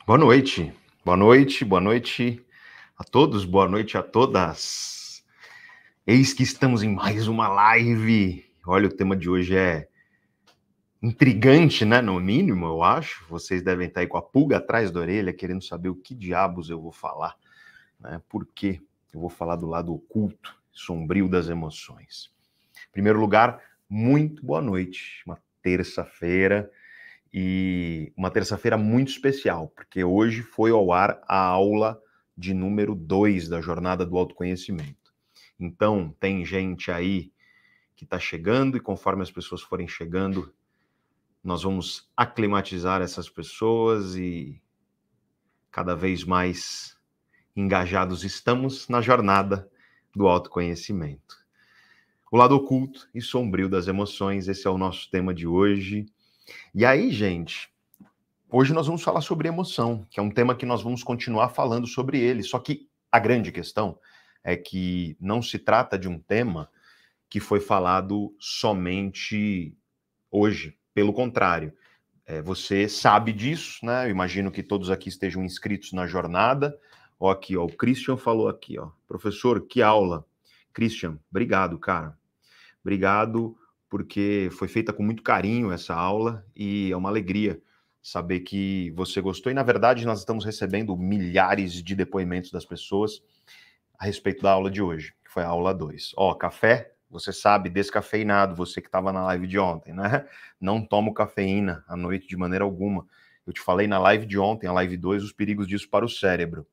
boa noite a todos, boa noite a todas. Eis que estamos em mais uma live. Olha, o tema de hoje é intrigante, né? No mínimo, eu acho. Vocês devem estar aí com a pulga atrás da orelha, querendo saber o que diabos eu vou falar, né? Por quê? Eu vou falar do lado oculto, sombrio das emoções. Em primeiro lugar, muito boa noite. Uma terça-feira. E uma terça-feira muito especial, porque hoje foi ao ar a aula de número 2 da Jornada do Autoconhecimento. Então, tem gente aí que está chegando, e conforme as pessoas forem chegando, nós vamos aclimatizar essas pessoas e cada vez mais engajados estamos na jornada do autoconhecimento. O lado oculto e sombrio das emoções, esse é o nosso tema de hoje. E aí, gente, hoje nós vamos falar sobre emoção, que é um tema que nós vamos continuar falando sobre ele. Só que a grande questão é que não se trata de um tema que foi falado somente hoje. Pelo contrário, você sabe disso, né? Eu imagino que todos aqui estejam inscritos na jornada. Ó, aqui, ó, o Christian falou aqui, ó. Professor, que aula. Christian, obrigado, cara. Obrigado, porque foi feita com muito carinho essa aula e é uma alegria saber que você gostou. E, na verdade, nós estamos recebendo milhares de depoimentos das pessoas a respeito da aula de hoje, que foi a aula 2. Ó, café, você sabe, descafeinado, você que estava na live de ontem, né? Não tomo cafeína à noite de maneira alguma. Eu te falei na live de ontem, a live 2, os perigos disso para o cérebro.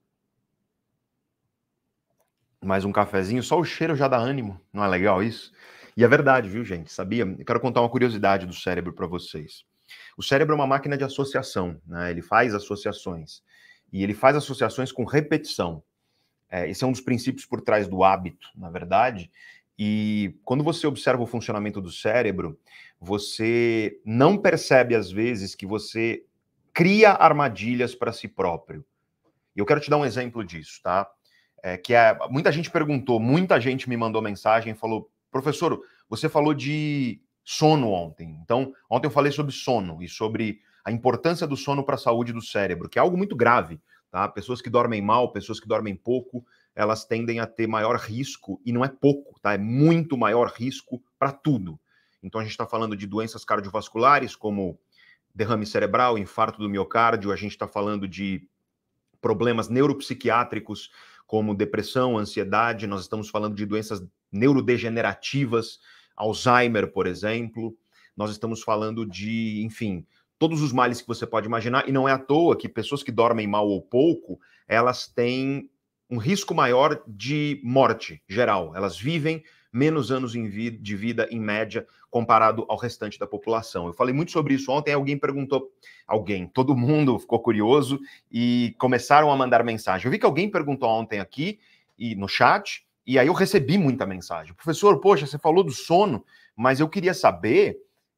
Mais um cafezinho, só o cheiro já dá ânimo, não é legal isso? E é verdade, viu, gente? Sabia? Eu quero contar uma curiosidade do cérebro para vocês. O cérebro é uma máquina de associação, né? Ele faz associações. E ele faz associações com repetição. Esse é um dos princípios por trás do hábito, na verdade. E quando você observa o funcionamento do cérebro, você não percebe, às vezes, que você cria armadilhas para si próprio. E eu quero te dar um exemplo disso, tá? Muita gente perguntou, muita gente me mandou mensagem e falou: professor, você falou de sono ontem. Então, ontem eu falei sobre sono e sobre a importância do sono para a saúde do cérebro, que é algo muito grave, tá? Pessoas que dormem mal, pessoas que dormem pouco, elas tendem a ter maior risco, e não é pouco, tá? É muito maior risco para tudo. Então, a gente está falando de doenças cardiovasculares, como derrame cerebral, infarto do miocárdio, a gente está falando de problemas neuropsiquiátricos, como depressão, ansiedade, nós estamos falando de doenças neurodegenerativas, Alzheimer, por exemplo, nós estamos falando de, enfim, todos os males que você pode imaginar, e não é à toa que pessoas que dormem mal ou pouco, elas têm um risco maior de morte geral, elas vivem menos anos de vida, em média, comparado ao restante da população. Eu falei muito sobre isso ontem, alguém perguntou, todo mundo ficou curioso, e começaram a mandar mensagem. Eu vi que alguém perguntou ontem aqui e no chat, e aí eu recebi muita mensagem. Professor, poxa, você falou do sono, mas eu queria saber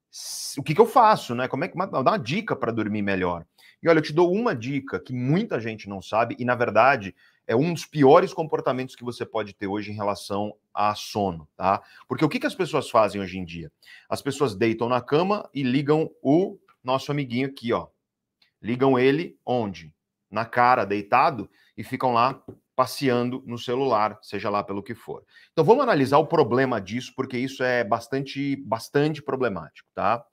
o que eu faço, né? Como é que dá uma dica para dormir melhor? E olha, eu te dou uma dica que muita gente não sabe, e na verdade é um dos piores comportamentos que você pode ter hoje em relação a sono, tá? Porque o que as pessoas fazem hoje em dia? As pessoas deitam na cama e ligam o nosso amiguinho aqui, ó. Ligam ele onde? Na cara, deitado, e ficam lá passeando no celular, seja lá pelo que for. Então vamos analisar o problema disso, porque isso é bastante problemático, tá?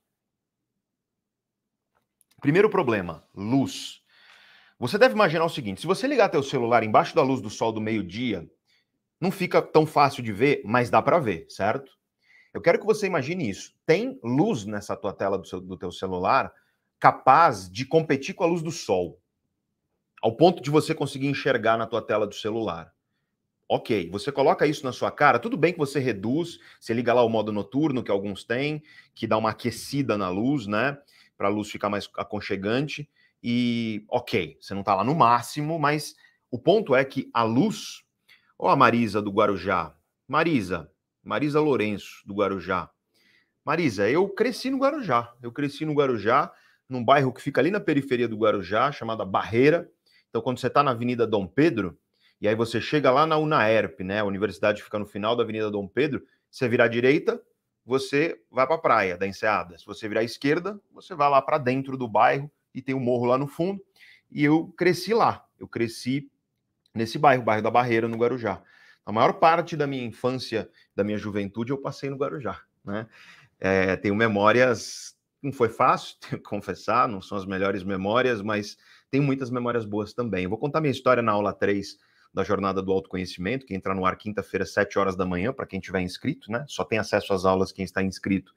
Primeiro problema, luz. Você deve imaginar o seguinte, se você ligar teu celular embaixo da luz do sol do meio-dia, não fica tão fácil de ver, mas dá para ver, certo? Eu quero que você imagine isso. Tem luz nessa tua tela do teu celular capaz de competir com a luz do sol, ao ponto de você conseguir enxergar na tua tela do celular. Ok, você coloca isso na sua cara, tudo bem que você reduz, você liga lá o modo noturno, que alguns têm, que dá uma aquecida na luz, né? Para a luz ficar mais aconchegante. E ok, você não está lá no máximo, mas o ponto é que a luz. Ó, a Marisa do Guarujá. Marisa Lourenço do Guarujá. Marisa, eu cresci no Guarujá. Eu cresci no Guarujá, num bairro que fica ali na periferia do Guarujá, chamada Barreira. Então, quando você está na Avenida Dom Pedro, e aí você chega lá na UNAERP, né? A universidade fica no final da Avenida Dom Pedro, você virar à direita, você vai para a praia da Enseada. Se você virar à esquerda, você vai lá para dentro do bairro e tem um morro lá no fundo. e eu cresci lá. Eu cresci nesse bairro, bairro da Barreira, no Guarujá. A maior parte da minha infância, da minha juventude, eu passei no Guarujá, né? Tenho memórias, não foi fácil, tenho que confessar, não são as melhores memórias, mas tenho muitas memórias boas também. Eu vou contar minha história na aula 3 da Jornada do Autoconhecimento, que entra no ar quinta-feira, 7 horas da manhã, para quem tiver inscrito, né? Só tem acesso às aulas quem está inscrito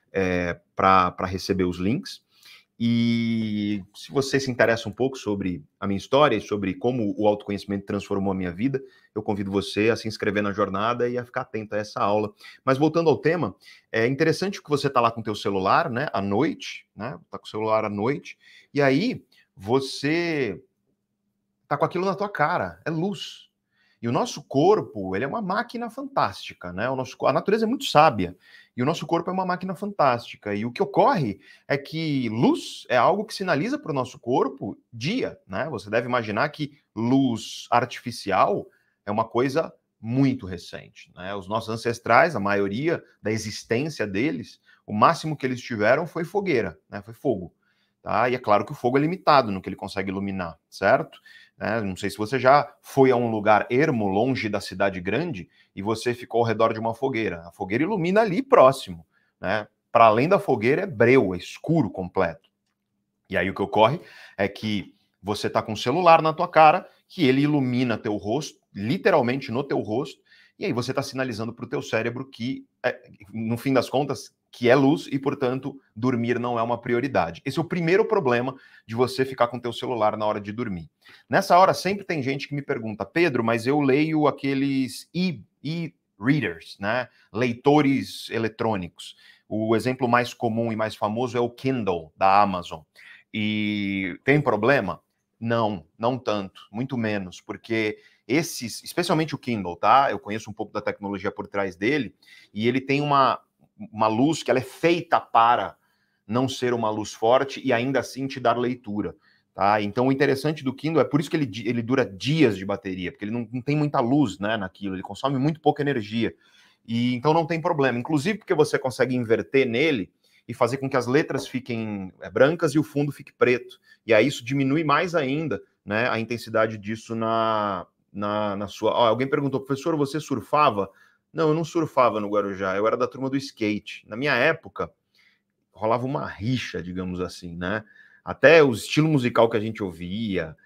para receber os links. E se você se interessa um pouco sobre a minha história e sobre como o autoconhecimento transformou a minha vida, eu convido você a se inscrever na jornada e a ficar atento a essa aula. Mas voltando ao tema, é interessante que você está lá com o teu celular, né, à noite, né, tá com o celular à noite, e aí você tá com aquilo na tua cara, é luz. E o nosso corpo, ele é uma máquina fantástica, né? A natureza é muito sábia. E o nosso corpo é uma máquina fantástica. E o que ocorre é que luz é algo que sinaliza para o nosso corpo dia, né? Você deve imaginar que luz artificial é uma coisa muito recente, né? Os nossos ancestrais, a maioria da existência deles, o máximo que eles tiveram foi fogueira, né? Foi fogo, tá? E é claro que o fogo é limitado no que ele consegue iluminar, certo? Não sei se você já foi a um lugar ermo, longe da cidade grande, e você ficou ao redor de uma fogueira. A fogueira ilumina ali próximo, né? Para além da fogueira é breu, é escuro completo. E aí o que ocorre é que você está com o celular na tua cara, que ele ilumina teu rosto, literalmente no teu rosto, e aí você está sinalizando para o teu cérebro que, no fim das contas, que é luz e, portanto, dormir não é uma prioridade. Esse é o primeiro problema de você ficar com o teu celular na hora de dormir. Nessa hora, sempre tem gente que me pergunta, Pedro, mas eu leio aqueles e-readers, né? Leitores eletrônicos. O exemplo mais comum e mais famoso é o Kindle, da Amazon. E tem problema? Não, não tanto, muito menos, porque esses, especialmente o Kindle, tá? Eu conheço um pouco da tecnologia por trás dele, e ele tem uma luz que ela é feita para não ser uma luz forte e ainda assim te dar leitura, tá? Então o interessante do Kindle é por isso que ele dura dias de bateria, porque ele não tem muita luz, né, naquilo, ele consome muito pouca energia, e então não tem problema, inclusive porque você consegue inverter nele e fazer com que as letras fiquem brancas e o fundo fique preto, e aí isso diminui mais ainda, né, a intensidade disso na sua... alguém perguntou, professor, você surfava? Não, eu não surfava no Guarujá, eu era da turma do skate. Na minha época, rolava uma rixa, digamos assim, né? Até o estilo musical que a gente ouvia,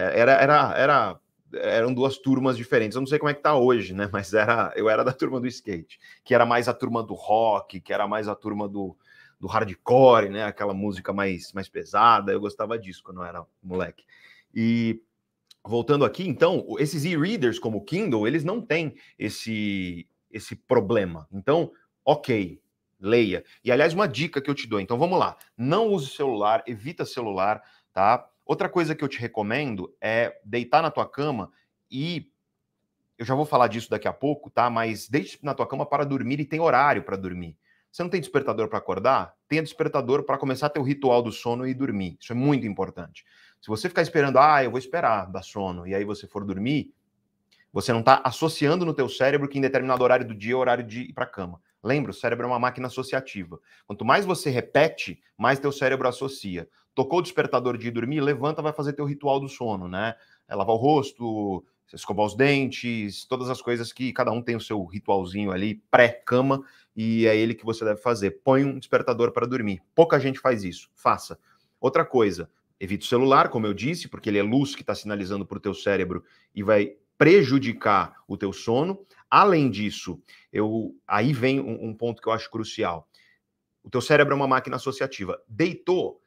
eram duas turmas diferentes. Eu não sei como é que tá hoje, né? Mas eu era da turma do skate, que era mais a turma do rock, que era mais a turma do hardcore, né? Aquela música mais pesada. Eu gostava disso quando eu era moleque. E voltando aqui, então, esses e-readers como o Kindle, eles não têm esse problema. Então, ok, leia. E, aliás, uma dica que eu te dou. Então, vamos lá. Não use celular, evita celular, tá? Outra coisa que eu te recomendo é deitar na tua cama e... eu já vou falar disso daqui a pouco, tá? Mas deite na tua cama para dormir e tem horário para dormir. Você não tem despertador para acordar? Tenha despertador para começar teu ritual do sono e dormir. Isso é muito importante. Se você ficar esperando, eu vou esperar dar sono, e aí você for dormir, você não está associando no teu cérebro que em determinado horário do dia é horário de ir para a cama. Lembra, o cérebro é uma máquina associativa. Quanto mais você repete, mais teu cérebro associa. Tocou o despertador de ir dormir, levanta, vai fazer teu ritual do sono, né? É lavar o rosto, escovar os dentes, todas as coisas que cada um tem o seu ritualzinho ali, pré-cama, e é ele que você deve fazer. Põe um despertador para dormir. Pouca gente faz isso. Faça. Outra coisa, evite o celular, como eu disse, porque ele é luz que está sinalizando para o teu cérebro e vai prejudicar o teu sono. Além disso, aí vem um ponto que eu acho crucial. O teu cérebro é uma máquina associativa. Deitou,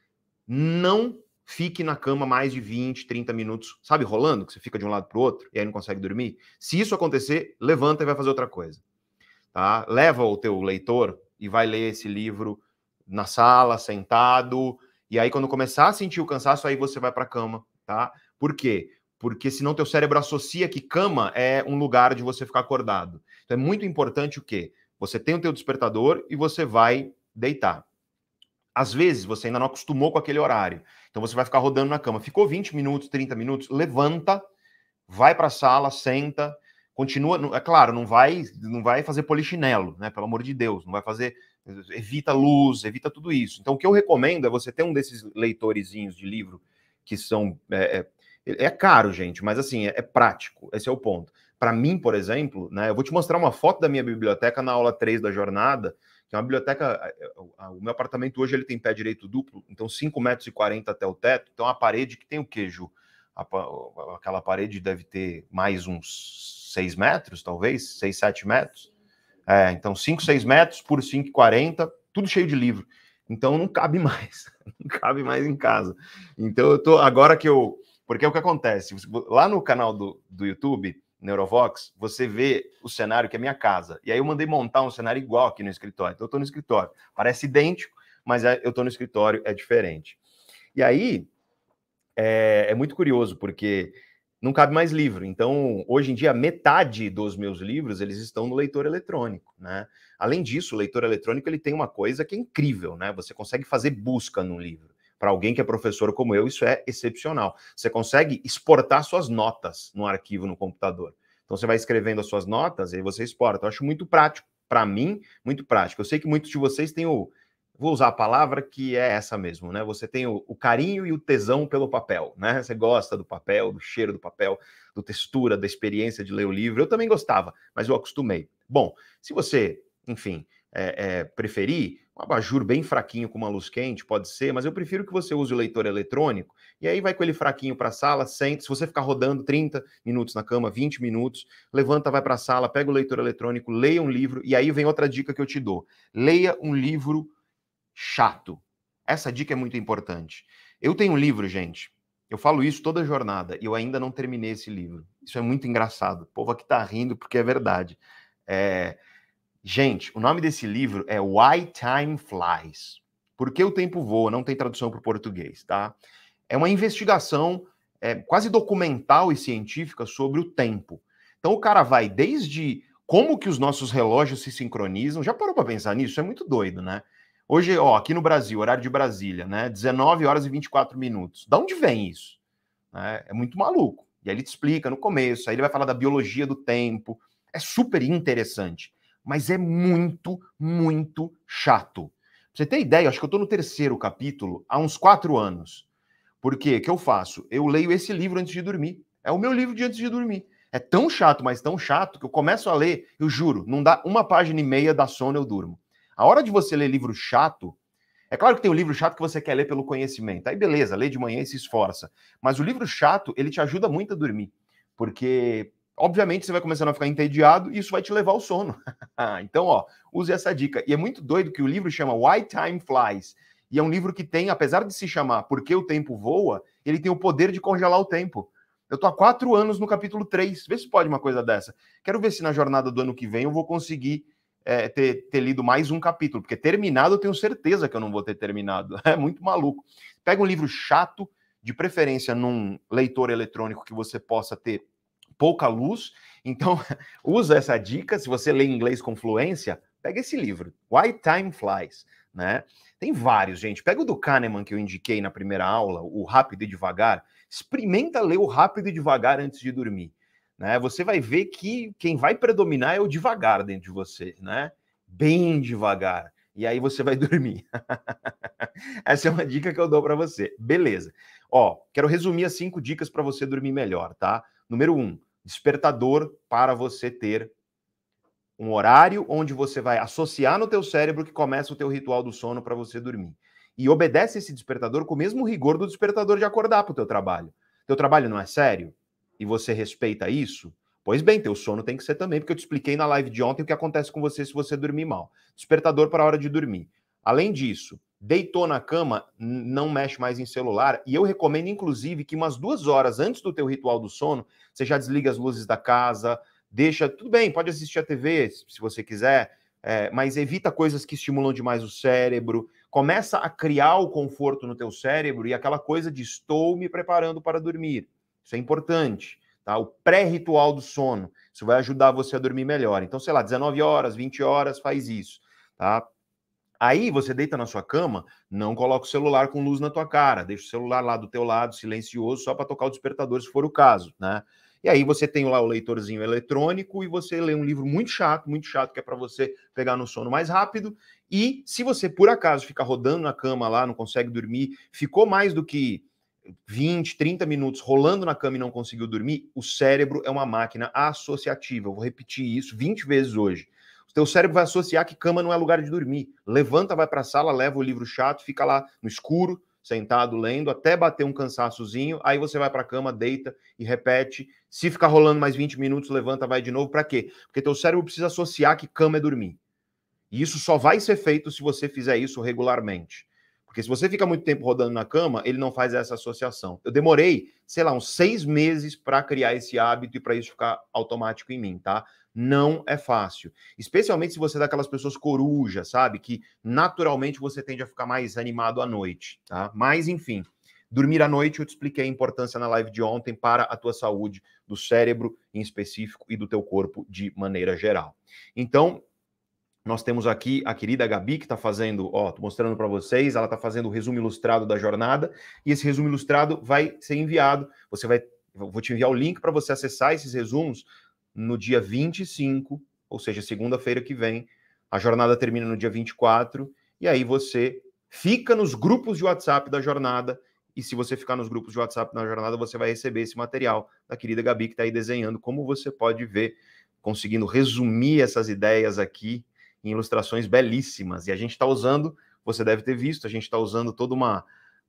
não fique na cama mais de 20, 30 minutos, sabe, rolando, que você fica de um lado para o outro e aí não consegue dormir. Se isso acontecer, levanta e vai fazer outra coisa. Tá? Leva o teu leitor e vai ler esse livro na sala, sentado, e aí quando começar a sentir o cansaço, aí você vai para a cama, tá? Por quê? Porque senão teu cérebro associa que cama é um lugar de você ficar acordado. Então é muito importante o quê? Você tem o teu despertador e você vai deitar. Às vezes você ainda não acostumou com aquele horário, então você vai ficar rodando na cama. Ficou 20 minutos, 30 minutos, levanta, vai para a sala, senta, continua, é claro, não vai fazer polichinelo, né? Pelo amor de Deus, não vai fazer, evita luz, evita tudo isso. Então o que eu recomendo é você ter um desses leitorezinhos de livro que são... É caro, gente, mas assim, é prático, esse é o ponto. Para mim, por exemplo, né, eu vou te mostrar uma foto da minha biblioteca na aula 3 da jornada, que é uma biblioteca... O meu apartamento hoje ele tem pé direito duplo, então 5,40 metros até o teto, então a parede que tem o quê, Ju? Aquela parede deve ter mais uns 6 metros, talvez, 6, 7 metros. Então 5, 6 metros por 5,40, tudo cheio de livro. Então não cabe mais, não cabe mais em casa. Então eu tô, agora que eu... Porque é o que acontece, lá no canal do YouTube, Neurovox, você vê o cenário que é minha casa. E aí eu mandei montar um cenário igual aqui no escritório. Então eu tô no escritório. Parece idêntico, mas eu tô no escritório, é diferente. E aí, é muito curioso, porque não cabe mais livro. Então, hoje em dia, metade dos meus livros, eles estão no leitor eletrônico, né? Além disso, o leitor eletrônico, ele tem uma coisa que é incrível, né? Você consegue fazer busca no livro. Para alguém que é professor como eu, isso é excepcional. Você consegue exportar suas notas no arquivo no computador. Então, você vai escrevendo as suas notas e aí você exporta. Eu acho muito prático. Para mim, muito prático. Eu sei que muitos de vocês têm vou usar a palavra que é essa mesmo, né? Você tem o carinho e o tesão pelo papel, né? Você gosta do papel, do cheiro do papel, da textura, da experiência de ler o livro. Eu também gostava, mas eu acostumei. Bom, se você, enfim, preferir, um abajur bem fraquinho com uma luz quente, pode ser, mas eu prefiro que você use o leitor eletrônico, e aí vai com ele fraquinho para a sala, sente, se você ficar rodando 30 minutos na cama, 20 minutos, levanta, vai para a sala, pega o leitor eletrônico, leia um livro, e aí vem outra dica que eu te dou. Leia um livro chato. Essa dica é muito importante. Eu tenho um livro, gente, eu falo isso toda jornada, e eu ainda não terminei esse livro. Isso é muito engraçado. O povo aqui tá rindo porque é verdade. Gente, o nome desse livro é Why Time Flies. Por que o tempo voa? Não tem tradução para o português, tá? É uma investigação quase documental e científica sobre o tempo. Então o cara vai desde como que os nossos relógios se sincronizam. Já parou para pensar nisso? É muito doido, né? Hoje, aqui no Brasil, horário de Brasília, né? 19 horas e 24 minutos. Da onde vem isso? É muito maluco. E aí ele te explica no começo, aí ele vai falar da biologia do tempo. É super interessante, mas é muito, muito chato. Pra você ter ideia, acho que eu tô no 3º capítulo há uns 4 anos. Por quê? O que eu faço? Eu leio esse livro antes de dormir. É o meu livro de antes de dormir. É tão chato, mas tão chato, que eu começo a ler, eu juro, não dá 1,5 página dá sono, eu durmo. A hora de você ler livro chato, é claro que tem um livro chato que você quer ler pelo conhecimento. Aí beleza, lê de manhã e se esforça. Mas o livro chato, ele te ajuda muito a dormir. Porque, obviamente, você vai começando a ficar entediado e isso vai te levar ao sono. Então, use essa dica. E é muito doido que o livro chama Why Time Flies. E é um livro que tem, apesar de se chamar Por que o Tempo Voa, ele tem o poder de congelar o tempo. Eu tô há 4 anos no capítulo 3. Vê se pode uma coisa dessa. Quero ver se na jornada do ano que vem eu vou conseguir ter lido mais um capítulo, porque terminado eu tenho certeza que eu não vou ter terminado. É muito maluco. Pega um livro chato, de preferência num leitor eletrônico que você possa ter pouca luz. Então, usa essa dica. Se você lê inglês com fluência, pega esse livro, Why Time Flies, né? Tem vários, gente. Pega o do Kahneman que eu indiquei na primeira aula, o Rápido e Devagar. Experimenta ler o Rápido e Devagar antes de dormir. Né? Você vai ver que quem vai predominar é o devagar dentro de você, né? Bem devagar. E aí você vai dormir. Essa é uma dica que eu dou para você. Beleza. Quero resumir as 5 dicas para você dormir melhor, tá? Número 1, despertador para você ter um horário onde você vai associar no teu cérebro que começa o teu ritual do sono para você dormir. E obedece esse despertador com o mesmo rigor do despertador de acordar para o teu trabalho. Teu trabalho não é sério? E você respeita isso? Pois bem, teu sono tem que ser também, porque eu te expliquei na live de ontem o que acontece com você se você dormir mal. Despertador para a hora de dormir. Além disso, deitou na cama, não mexe mais em celular, e eu recomendo, inclusive, que umas 2 horas antes do teu ritual do sono, você já desliga as luzes da casa, deixa, tudo bem, pode assistir a TV se você quiser, mas evita coisas que estimulam demais o cérebro, começa a criar o conforto no teu cérebro e aquela coisa de estou me preparando para dormir. Isso é importante, tá? O pré-ritual do sono, isso vai ajudar você a dormir melhor. Então, sei lá, 19 horas, 20 horas, faz isso, tá? Aí você deita na sua cama, não coloca o celular com luz na tua cara, deixa o celular lá do teu lado, silencioso, só para tocar o despertador se for o caso, né? E aí você tem lá o leitorzinho eletrônico e você lê um livro muito chato, que é para você pegar no sono mais rápido. E se você, por acaso, ficar rodando na cama lá, não consegue dormir, ficou mais do que 20, 30 minutos rolando na cama e não conseguiu dormir, o cérebro é uma máquina associativa. Eu vou repetir isso 20 vezes hoje. O teu cérebro vai associar que cama não é lugar de dormir. Levanta, vai para a sala, leva o livro chato, fica lá no escuro, sentado, lendo, até bater um cansaçozinho, aí você vai para a cama, deita e repete. Se ficar rolando mais 20 minutos, levanta, vai de novo. Para quê? Porque teu cérebro precisa associar que cama é dormir. E isso só vai ser feito se você fizer isso regularmente. Porque se você fica muito tempo rodando na cama, ele não faz essa associação. Eu demorei, sei lá, uns 6 meses para criar esse hábito e para isso ficar automático em mim, tá? Não é fácil. Especialmente se você é daquelas pessoas corujas, sabe? Que naturalmente você tende a ficar mais animado à noite, tá? Mas, enfim, dormir à noite, eu te expliquei a importância na live de ontem para a tua saúde, do cérebro em específico e do teu corpo de maneira geral. Então, nós temos aqui a querida Gabi, que está fazendo, ó, tô mostrando para vocês, ela está fazendo o resumo ilustrado da jornada, e esse resumo ilustrado vai ser enviado, eu vou te enviar o link para você acessar esses resumos no dia 25, ou seja, segunda-feira que vem. A jornada termina no dia 24, e aí você fica nos grupos de WhatsApp da jornada, e se você ficar nos grupos de WhatsApp da jornada, você vai receber esse material da querida Gabi, que está aí desenhando, como você pode ver, conseguindo resumir essas ideias aqui, em ilustrações belíssimas. E a gente está usando, você deve ter visto, a gente está usando toda uma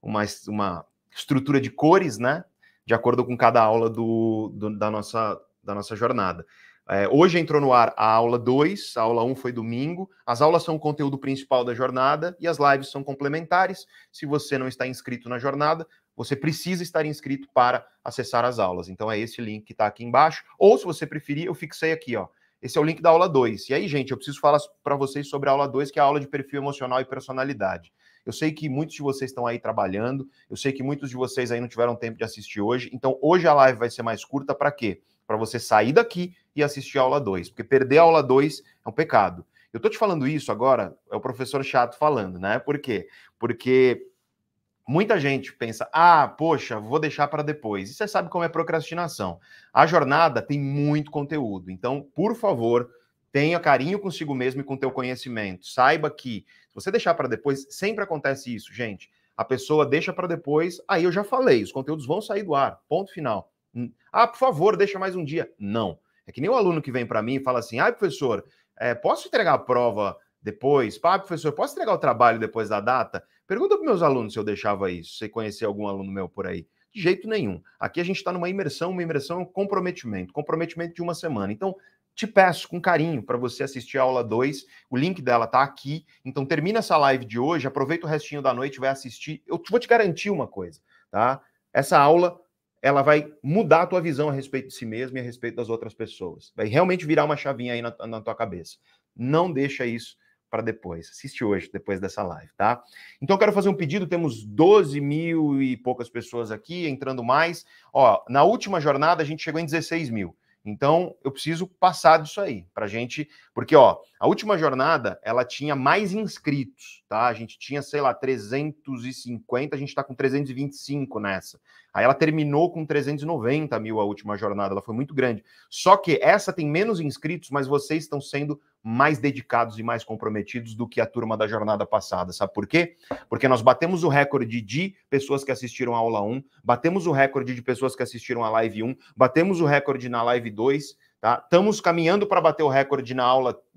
estrutura de cores, né? De acordo com cada aula da nossa jornada. Hoje entrou no ar a aula 2, a aula 1 foi domingo. As aulas são o conteúdo principal da jornada e as lives são complementares. Se você não está inscrito na jornada, você precisa estar inscrito para acessar as aulas. Então é esse link que está aqui embaixo. Ou, se você preferir, eu fixei aqui, ó. Esse é o link da aula 2. E aí, gente, eu preciso falar para vocês sobre a aula 2, que é a aula de perfil emocional e personalidade. Eu sei que muitos de vocês estão aí trabalhando, eu sei que muitos de vocês aí não tiveram tempo de assistir hoje, então hoje a live vai ser mais curta para quê? Para você sair daqui e assistir a aula 2, porque perder a aula 2 é um pecado. Eu tô te falando isso agora, é o professor chato falando, né? Por quê? Porque muita gente pensa, poxa, vou deixar para depois. E você sabe como é procrastinação. A jornada tem muito conteúdo. Então, por favor, tenha carinho consigo mesmo e com o teu conhecimento. Saiba que, se você deixar para depois, sempre acontece isso, gente. A pessoa deixa para depois, aí eu já falei, os conteúdos vão sair do ar, ponto final. Por favor, deixa mais um dia. Não. É que nem o aluno que vem para mim e fala assim, professor, posso entregar a prova depois? Professor, posso entregar o trabalho depois da data? Pergunta para meus alunos se eu deixava isso, se você conhecer algum aluno meu por aí. De jeito nenhum. Aqui a gente está numa imersão é um comprometimento de uma semana. Então, te peço com carinho para você assistir a aula 2, o link dela está aqui. Então, termina essa live de hoje, aproveita o restinho da noite, vai assistir. Eu vou te garantir uma coisa, tá? Essa aula, ela vai mudar a tua visão a respeito de si mesmo e a respeito das outras pessoas. Vai realmente virar uma chavinha aí na tua cabeça. Não deixa isso para depois. Assiste hoje, depois dessa live, tá? Então, eu quero fazer um pedido. Temos 12 mil e poucas pessoas aqui, entrando mais. Ó, na última jornada, a gente chegou em 16 mil. Então, eu preciso passar disso aí, pra gente... Porque, ó, a última jornada, ela tinha mais inscritos, tá? A gente tinha, sei lá, 350, a gente tá com 325 nessa. Aí ela terminou com 390 mil a última jornada, ela foi muito grande. Só que essa tem menos inscritos, mas vocês estão sendo mais dedicados e mais comprometidos do que a turma da jornada passada. Sabe por quê? Porque nós batemos o recorde de pessoas que assistiram a aula 1, batemos o recorde de pessoas que assistiram a live 1, batemos o recorde na live 2, tá? Estamos caminhando para bater o recorde na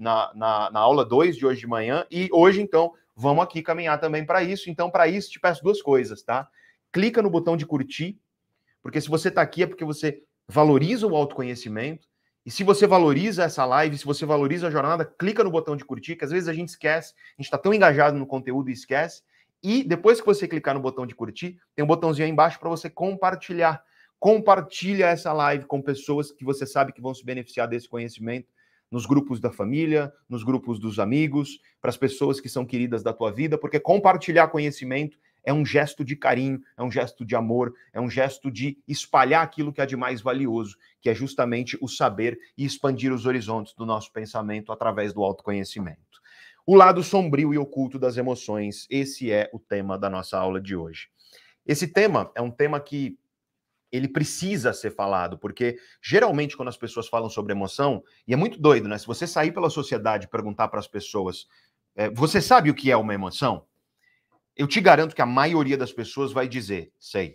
aula 2 de hoje de manhã, e hoje, então, vamos aqui caminhar também para isso. Então, para isso, te peço duas coisas, tá? Clica no botão de curtir, porque se você está aqui é porque você valoriza o autoconhecimento. E se você valoriza essa live, se você valoriza a jornada, clica no botão de curtir, que às vezes a gente esquece, a gente está tão engajado no conteúdo e esquece. E depois que você clicar no botão de curtir, tem um botãozinho aí embaixo para você compartilhar. Compartilha essa live com pessoas que você sabe que vão se beneficiar desse conhecimento, nos grupos da família, nos grupos dos amigos, para as pessoas que são queridas da tua vida, porque compartilhar conhecimento é um gesto de carinho, é um gesto de amor, é um gesto de espalhar aquilo que é de mais valioso, que é justamente o saber e expandir os horizontes do nosso pensamento através do autoconhecimento. O lado sombrio e oculto das emoções, esse é o tema da nossa aula de hoje. Esse tema é um tema que ele precisa ser falado, porque geralmente quando as pessoas falam sobre emoção, e é muito doido, né? Se você sair pela sociedade e perguntar para as pessoas, você sabe o que é uma emoção? Eu te garanto que a maioria das pessoas vai dizer, sei.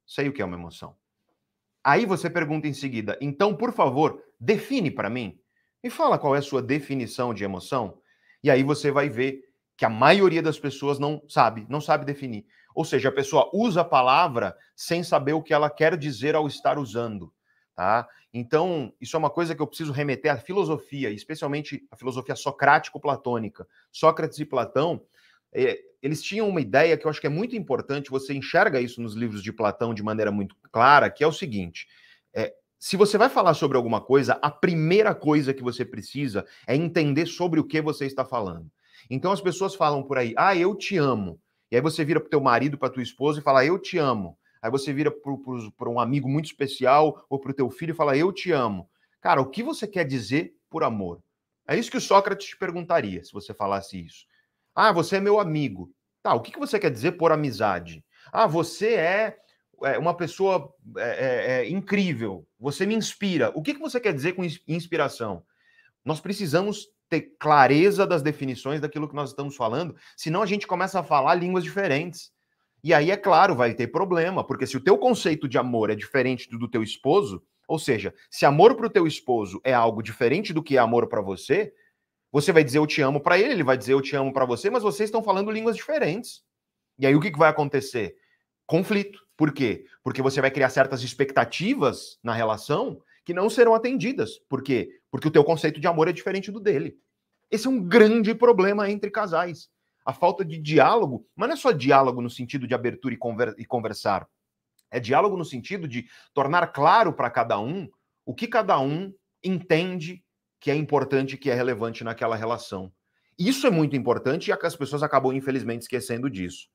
Sei o que é uma emoção. Aí você pergunta em seguida, então, por favor, define para mim. Me fala qual é a sua definição de emoção. E aí você vai ver que a maioria das pessoas não sabe definir. Ou seja, a pessoa usa a palavra sem saber o que ela quer dizer ao estar usando, tá? Então, isso é uma coisa que eu preciso remeter à filosofia, especialmente a filosofia socrático-platônica. Sócrates e Platão, eles tinham uma ideia que eu acho que é muito importante, você enxerga isso nos livros de Platão de maneira muito clara, que é o seguinte, se você vai falar sobre alguma coisa, a primeira coisa que você precisa é entender sobre o que você está falando. Então as pessoas falam por aí, eu te amo. E aí você vira pro teu marido, pra tua esposa e fala, eu te amo. Aí você vira para um amigo muito especial ou pro teu filho e fala, eu te amo. Cara, o que você quer dizer por amor? É isso que o Sócrates te perguntaria, se você falasse isso. Você é meu amigo. Tá, o que você quer dizer por amizade? Você é uma pessoa incrível, você me inspira. O que você quer dizer com inspiração? Nós precisamos ter clareza das definições daquilo que nós estamos falando, senão a gente começa a falar línguas diferentes. E aí, é claro, vai ter problema, porque se o teu conceito de amor é diferente do teu esposo, ou seja, se amor para o teu esposo é algo diferente do que é amor para você, você vai dizer eu te amo para ele, ele vai dizer eu te amo para você, mas vocês estão falando línguas diferentes. E aí o que vai acontecer? Conflito. Por quê? Porque você vai criar certas expectativas na relação que não serão atendidas. Por quê? Porque o teu conceito de amor é diferente do dele. Esse é um grande problema entre casais. A falta de diálogo, mas não é só diálogo no sentido de abertura e conversar. É diálogo no sentido de tornar claro para cada um o que cada um entende que é importante, que é relevante naquela relação. Isso é muito importante e as pessoas acabam, infelizmente, esquecendo disso.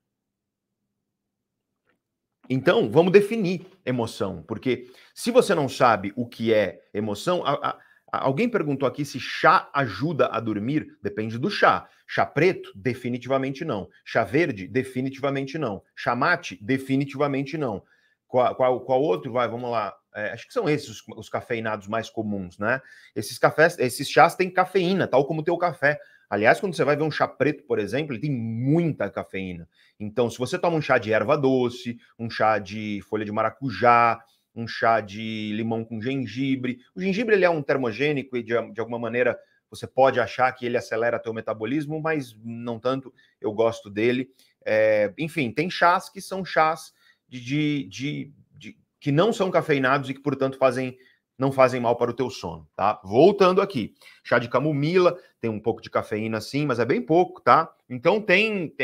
Então, vamos definir emoção, porque se você não sabe o que é emoção, alguém perguntou aqui se chá ajuda a dormir, depende do chá. Chá preto? Definitivamente não. Chá verde? Definitivamente não. Chá mate? Definitivamente não. Qual outro? Vamos lá. Acho que são esses os cafeinados mais comuns, né? Esses chás têm cafeína, tal como o teu café. Aliás, quando você vai ver um chá preto, por exemplo, ele tem muita cafeína. Então, se você toma um chá de erva doce, um chá de folha de maracujá, um chá de limão com gengibre, o gengibre ele é um termogênico e de alguma maneira você pode achar que ele acelera teu metabolismo, mas não tanto, eu gosto dele. Enfim, tem chás que são chás que não são cafeinados e que, portanto, não fazem mal para o teu sono, tá? Voltando aqui, chá de camomila, tem um pouco de cafeína sim, mas é bem pouco, tá? Então tem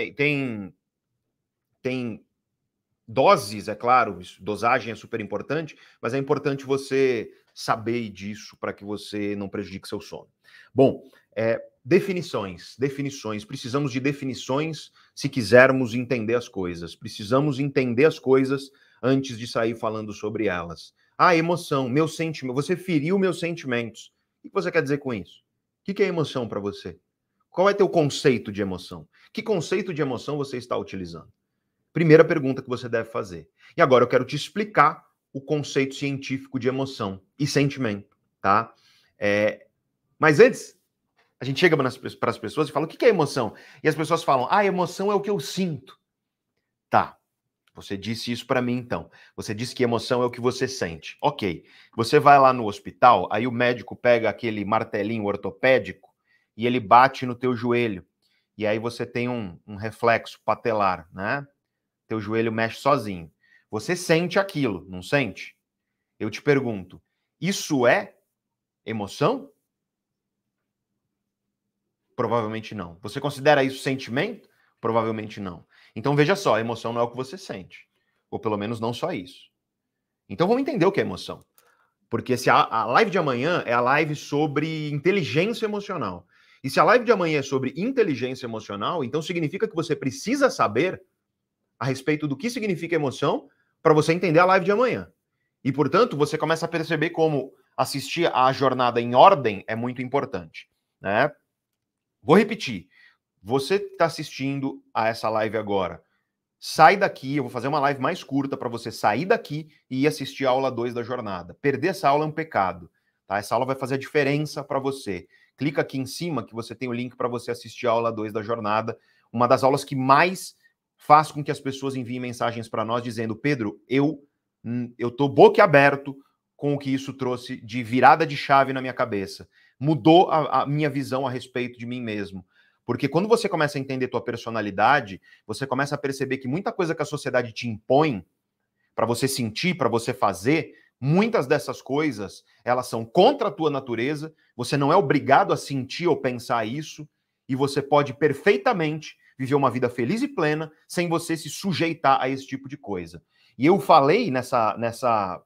doses, é claro, dosagem é super importante, mas é importante você saber disso para que você não prejudique seu sono. Bom, definições, precisamos de definições se quisermos entender as coisas, precisamos entender as coisas antes de sair falando sobre elas. Emoção, meu sentimento, você feriu meus sentimentos. O que você quer dizer com isso? O que é emoção para você? Qual é teu conceito de emoção? Que conceito de emoção você está utilizando? Primeira pergunta que você deve fazer. E agora eu quero te explicar o conceito científico de emoção e sentimento, tá? Mas antes, a gente chega para as pessoas e fala, o que é emoção? E as pessoas falam, emoção é o que eu sinto. Tá, você disse isso para mim então. Você disse que emoção é o que você sente. Ok, você vai lá no hospital, aí o médico pega aquele martelinho ortopédico e ele bate no teu joelho. E aí você tem um reflexo patelar, né? Teu joelho mexe sozinho. Você sente aquilo, não sente? Eu te pergunto, isso é emoção? Provavelmente não. Você considera isso sentimento? Provavelmente não. Então veja só, a emoção não é o que você sente. Ou pelo menos não só isso. Então vamos entender o que é emoção. Porque se a live de amanhã é a live sobre inteligência emocional. E se a live de amanhã é sobre inteligência emocional, então significa que você precisa saber a respeito do que significa emoção para você entender a live de amanhã. E, portanto, você começa a perceber como assistir à jornada em ordem é muito importante, né? Vou repetir. Você que está assistindo a essa live agora, sai daqui, eu vou fazer uma live mais curta para você sair daqui e ir assistir a aula 2 da jornada. Perder essa aula é um pecado, tá? Essa aula vai fazer a diferença para você. Clica aqui em cima que você tem o link para você assistir a aula 2 da jornada, uma das aulas que mais faz com que as pessoas enviem mensagens para nós dizendo, Pedro, eu Eu tô boquiaberto com o que isso trouxe de virada de chave na minha cabeça. Mudou a minha visão a respeito de mim mesmo. Porque quando você começa a entender tua personalidade, você começa a perceber que muita coisa que a sociedade te impõe para você sentir, para você fazer, muitas dessas coisas, elas são contra a tua natureza, você não é obrigado a sentir ou pensar isso, e você pode perfeitamente viver uma vida feliz e plena sem você se sujeitar a esse tipo de coisa. E eu falei nessa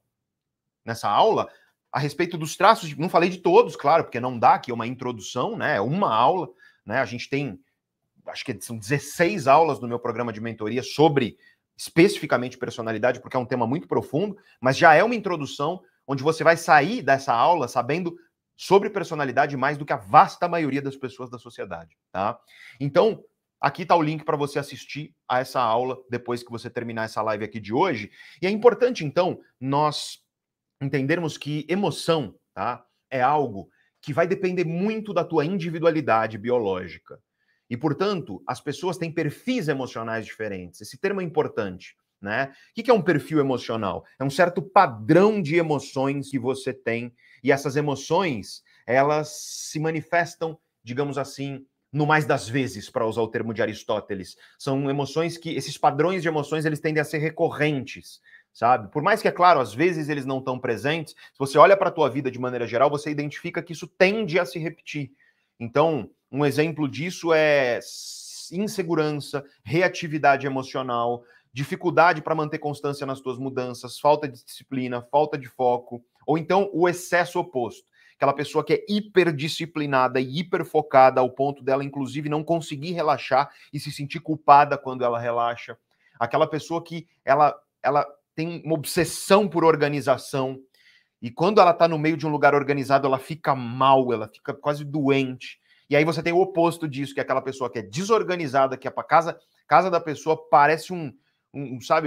aula a respeito dos traços, não falei de todos, claro, porque não dá aqui uma introdução, né? É uma aula, né? A gente tem, acho que são 16 aulas no meu programa de mentoria sobre especificamente personalidade, porque é um tema muito profundo, mas já é uma introdução onde você vai sair dessa aula sabendo sobre personalidade mais do que a vasta maioria das pessoas da sociedade, tá? Então, aqui está o link para você assistir a essa aula depois que você terminar essa live aqui de hoje. E é importante, então, nós entendermos que emoção, tá, é algo que vai depender muito da tua individualidade biológica. E, portanto, as pessoas têm perfis emocionais diferentes. Esse termo é importante, né? O que é um perfil emocional? É um certo padrão de emoções que você tem, e essas emoções, elas se manifestam, digamos assim, no mais das vezes, para usar o termo de Aristóteles. São emoções que, esses padrões de emoções, eles tendem a ser recorrentes, sabe? Por mais que, é claro, às vezes eles não estão presentes, se você olha para a tua vida de maneira geral, você identifica que isso tende a se repetir. Então, um exemplo disso é insegurança, reatividade emocional, dificuldade para manter constância nas tuas mudanças, falta de disciplina, falta de foco, ou então o excesso oposto. Aquela pessoa que é hiperdisciplinada e hiperfocada ao ponto dela, inclusive, não conseguir relaxar e se sentir culpada quando ela relaxa. Aquela pessoa que ela tem uma obsessão por organização, e quando ela está no meio de um lugar organizado, ela fica mal, ela fica quase doente. E aí você tem o oposto disso, que é aquela pessoa que é desorganizada, que é para casa da pessoa parece sabe,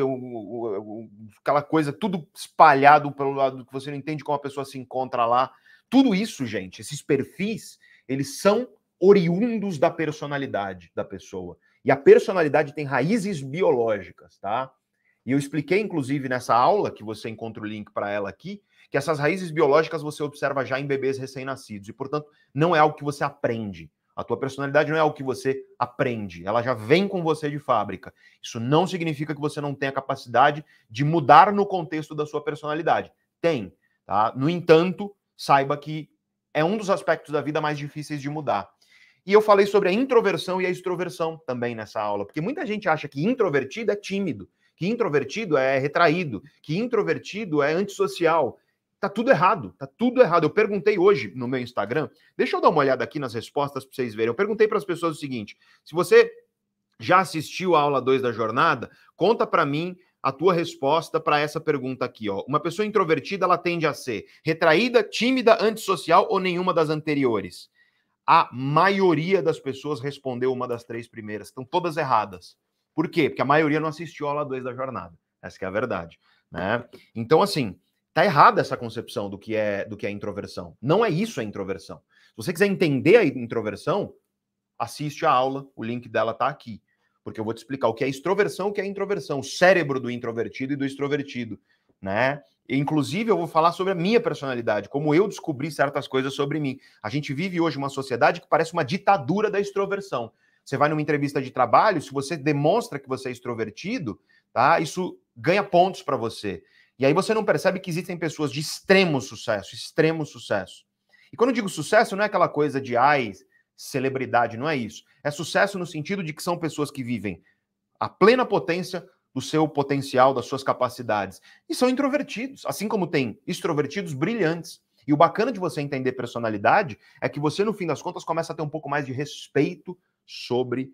aquela coisa tudo espalhado pelo lado que você não entende como a pessoa se encontra lá. Tudo isso, gente, esses perfis, eles são oriundos da personalidade da pessoa. E a personalidade tem raízes biológicas, tá? E eu expliquei, inclusive, nessa aula, que você encontra o link para ela aqui, que essas raízes biológicas você observa já em bebês recém-nascidos. E, portanto, não é algo que você aprende. A tua personalidade não é algo que você aprende. Ela já vem com você de fábrica. Isso não significa que você não tenha capacidade de mudar no contexto da sua personalidade. Tem, tá? No entanto, saiba que é um dos aspectos da vida mais difíceis de mudar. E eu falei sobre a introversão e a extroversão também nessa aula, porque muita gente acha que introvertido é tímido, que introvertido é retraído, que introvertido é antissocial. Tá tudo errado, tá tudo errado. Eu perguntei hoje no meu Instagram, deixa eu dar uma olhada aqui nas respostas para vocês verem. Eu perguntei para as pessoas o seguinte: se você já assistiu a aula 2 da jornada, conta para mim a tua resposta para essa pergunta aqui, ó. Uma pessoa introvertida, ela tende a ser retraída, tímida, antissocial ou nenhuma das anteriores? A maioria das pessoas respondeu uma das três primeiras. Estão todas erradas. Por quê? Porque a maioria não assistiu a aula 2 da jornada. Essa que é a verdade, né? Então, assim, tá errada essa concepção do que é introversão. Não é isso a introversão. Se você quiser entender a introversão, assiste a aula, o link dela tá aqui. Porque eu vou te explicar o que é extroversão, o que é introversão, o cérebro do introvertido e do extrovertido, né? Inclusive, eu vou falar sobre a minha personalidade, como eu descobri certas coisas sobre mim. A gente vive hoje uma sociedade que parece uma ditadura da extroversão. Você vai numa entrevista de trabalho, se você demonstra que você é extrovertido, tá? Isso ganha pontos para você. E aí você não percebe que existem pessoas de extremo sucesso, extremo sucesso. E quando eu digo sucesso, não é aquela coisa de celebridade, não é isso. É sucesso no sentido de que são pessoas que vivem a plena potência do seu potencial, das suas capacidades. E são introvertidos, assim como tem extrovertidos brilhantes. E o bacana de você entender personalidade é que você, no fim das contas, começa a ter um pouco mais de respeito sobre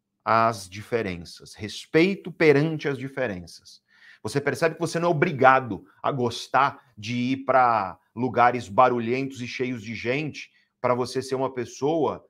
as diferenças. Respeito perante as diferenças. Você percebe que você não é obrigado a gostar de ir para lugares barulhentos e cheios de gente para você ser uma pessoa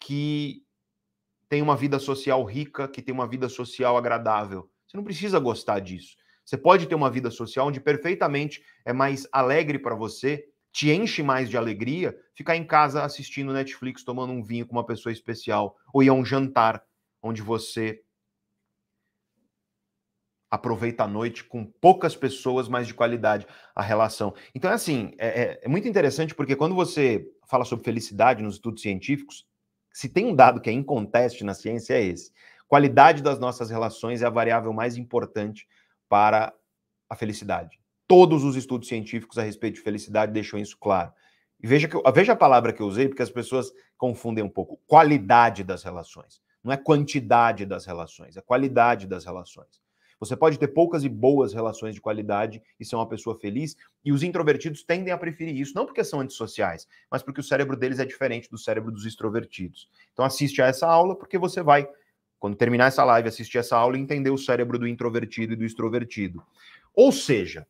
que tem uma vida social rica, que tem uma vida social agradável. Você não precisa gostar disso. Você pode ter uma vida social onde perfeitamente é mais alegre para você, te enche mais de alegria, ficar em casa assistindo Netflix, tomando um vinho com uma pessoa especial, ou ir a um jantar onde você aproveita a noite com poucas pessoas, mas de qualidade a relação. Então é assim, é muito interessante porque quando você fala sobre felicidade nos estudos científicos, se tem um dado que é inconteste na ciência é esse. Qualidade das nossas relações é a variável mais importante para a felicidade. Todos os estudos científicos a respeito de felicidade deixam isso claro. E veja a palavra que eu usei, porque as pessoas confundem um pouco. Qualidade das relações. Não é quantidade das relações, é qualidade das relações. Você pode ter poucas e boas relações de qualidade e ser uma pessoa feliz, e os introvertidos tendem a preferir isso, não porque são antissociais, mas porque o cérebro deles é diferente do cérebro dos extrovertidos. Então assiste a essa aula, porque você vai, quando terminar essa live, assistir essa aula e entender o cérebro do introvertido e do extrovertido. Ou seja,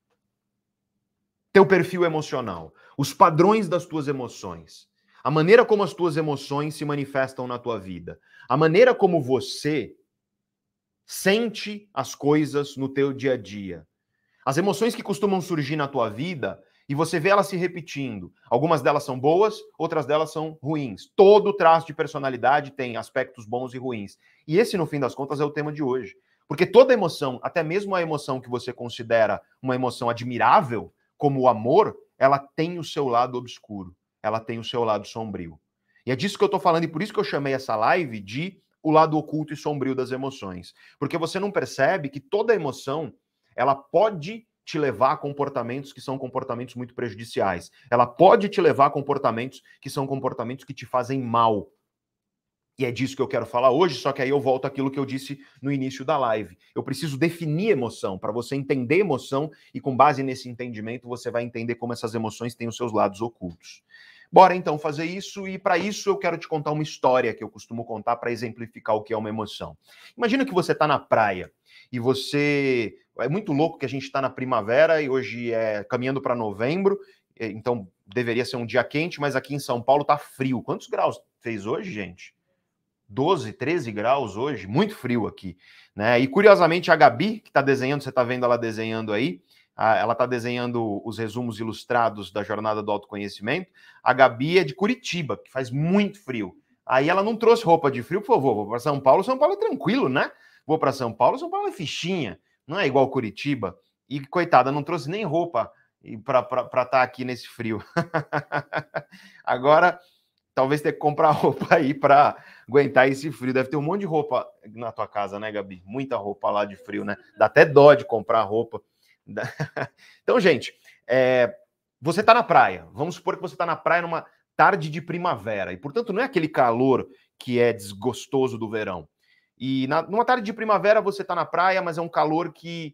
teu perfil emocional, os padrões das tuas emoções, a maneira como as tuas emoções se manifestam na tua vida, a maneira como você sente as coisas no teu dia a dia. As emoções que costumam surgir na tua vida e você vê elas se repetindo. Algumas delas são boas, outras delas são ruins. Todo traço de personalidade tem aspectos bons e ruins. E esse, no fim das contas, é o tema de hoje. Porque toda emoção, até mesmo a emoção que você considera uma emoção admirável, como o amor, ela tem o seu lado obscuro. Ela tem o seu lado sombrio. E é disso que eu estou falando, e por isso que eu chamei essa live de o lado oculto e sombrio das emoções. Porque você não percebe que toda emoção, ela pode te levar a comportamentos que são comportamentos muito prejudiciais. Ela pode te levar a comportamentos que são comportamentos que te fazem mal. E é disso que eu quero falar hoje, só que aí eu volto àquilo que eu disse no início da live. Eu preciso definir emoção, para você entender emoção, e com base nesse entendimento você vai entender como essas emoções têm os seus lados ocultos. Bora então fazer isso, e para isso eu quero te contar uma história que eu costumo contar para exemplificar o que é uma emoção. Imagina que você está na praia e você... É muito louco que a gente está na primavera e hoje é caminhando para novembro, então deveria ser um dia quente, mas aqui em São Paulo tá frio. Quantos graus fez hoje, gente? 12, 13 graus hoje, muito frio aqui, né? E curiosamente a Gabi, que está desenhando, você está vendo ela desenhando aí, ela está desenhando os resumos ilustrados da Jornada do Autoconhecimento. A Gabi é de Curitiba, que faz muito frio. Aí ela não trouxe roupa de frio, por favor, vou para São Paulo é tranquilo, né? Vou para São Paulo é fichinha, não é igual Curitiba. E coitada, não trouxe nem roupa para estar aqui nesse frio. Agora, talvez ter que comprar roupa aí para aguentar esse frio. Deve ter um monte de roupa na tua casa, né, Gabi? Muita roupa lá de frio, né? Dá até dó de comprar roupa. Então, gente, você está na praia. Vamos supor que você está na praia numa tarde de primavera. E, portanto, não é aquele calor que é desgostoso do verão. E numa tarde de primavera você está na praia, mas é um calor que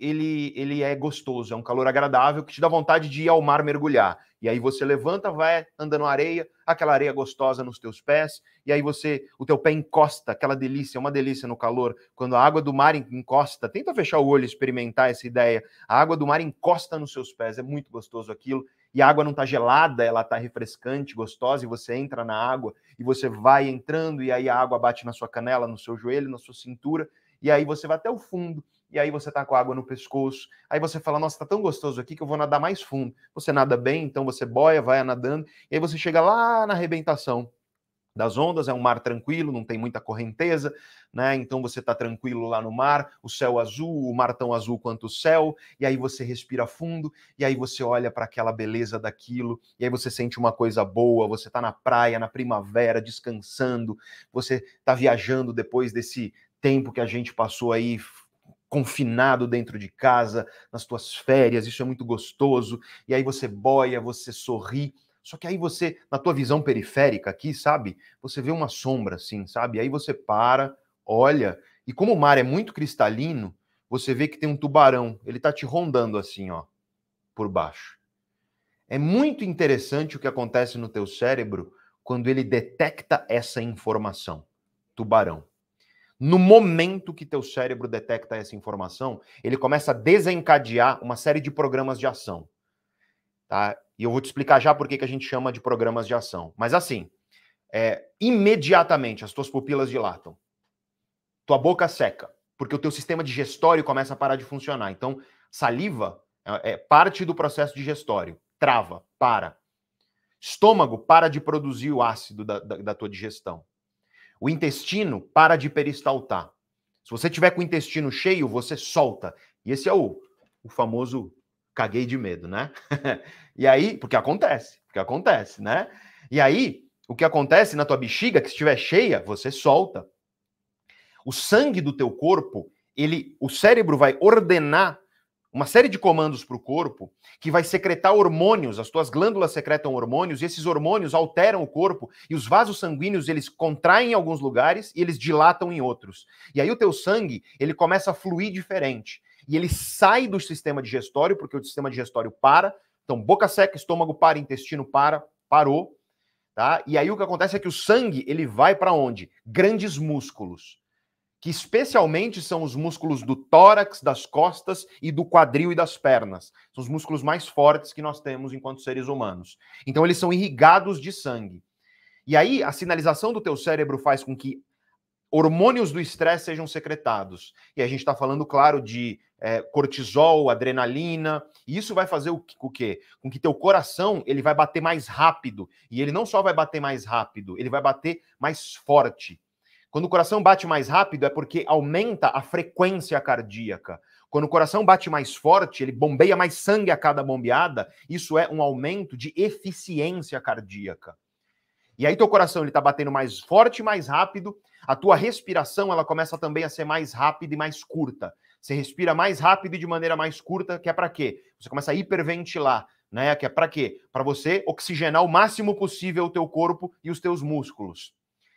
ele é gostoso, é um calor agradável que te dá vontade de ir ao mar mergulhar. E aí você levanta, vai andando na areia, aquela areia gostosa nos teus pés, e aí o teu pé encosta, aquela delícia, uma delícia no calor, quando a água do mar encosta, tenta fechar o olho e experimentar essa ideia, a água do mar encosta nos seus pés, é muito gostoso aquilo, e a água não está gelada, ela está refrescante, gostosa, e você entra na água, e você vai entrando, e aí a água bate na sua canela, no seu joelho, na sua cintura, e aí você vai até o fundo, e aí você tá com a água no pescoço, aí você fala, nossa, tá tão gostoso aqui que eu vou nadar mais fundo. Você nada bem, então você boia, vai nadando, e aí você chega lá na arrebentação das ondas, é um mar tranquilo, não tem muita correnteza, né? Então você tá tranquilo lá no mar, o céu azul, o mar tão azul quanto o céu, e aí você respira fundo, e aí você olha para aquela beleza daquilo, e aí você sente uma coisa boa, você tá na praia, na primavera, descansando, você tá viajando depois desse tempo que a gente passou aí confinado dentro de casa, nas tuas férias, isso é muito gostoso, e aí você boia, você sorri, só que aí você, na tua visão periférica aqui, sabe, você vê uma sombra assim, sabe, aí você para, olha, e como o mar é muito cristalino, você vê que tem um tubarão, ele tá te rondando assim, ó, por baixo. É muito interessante o que acontece no teu cérebro quando ele detecta essa informação, tubarão. No momento que teu cérebro detecta essa informação, ele começa a desencadear uma série de programas de ação, tá? E eu vou te explicar já por que a gente chama de programas de ação. Mas assim, imediatamente as tuas pupilas dilatam, tua boca seca, porque o teu sistema digestório começa a parar de funcionar. Então, saliva é parte do processo digestório. Trava, para. Estômago para de produzir o ácido da tua digestão. O intestino para de peristaltar. Se você tiver com o intestino cheio, você solta. E esse é o famoso caguei de medo, né? E aí, porque acontece, né? E aí, o que acontece na tua bexiga, que se estiver cheia, você solta. O sangue do teu corpo, o cérebro vai ordenar uma série de comandos para o corpo que vai secretar hormônios, as tuas glândulas secretam hormônios, e esses hormônios alteram o corpo, e os vasos sanguíneos, eles contraem em alguns lugares e eles dilatam em outros. E aí o teu sangue, ele começa a fluir diferente. E ele sai do sistema digestório, porque o sistema digestório para, então boca seca, estômago para, intestino para, parou, tá? E aí o que acontece é que o sangue, ele vai para onde? Grandes músculos, que especialmente são os músculos do tórax, das costas e do quadril e das pernas. São os músculos mais fortes que nós temos enquanto seres humanos. Então eles são irrigados de sangue. E aí a sinalização do teu cérebro faz com que hormônios do estresse sejam secretados. E a gente está falando, claro, de cortisol, adrenalina, e isso vai fazer o quê? Com que teu coração ele vai bater mais rápido. E ele não só vai bater mais rápido, ele vai bater mais forte. Quando o coração bate mais rápido é porque aumenta a frequência cardíaca. Quando o coração bate mais forte, ele bombeia mais sangue a cada bombeada, isso é um aumento de eficiência cardíaca. E aí teu coração ele tá batendo mais forte e mais rápido, a tua respiração ela começa também a ser mais rápida e mais curta. Você respira mais rápido e de maneira mais curta, que é para quê? Você começa a hiperventilar, né? Que é para quê? Para você oxigenar o máximo possível o teu corpo e os teus músculos.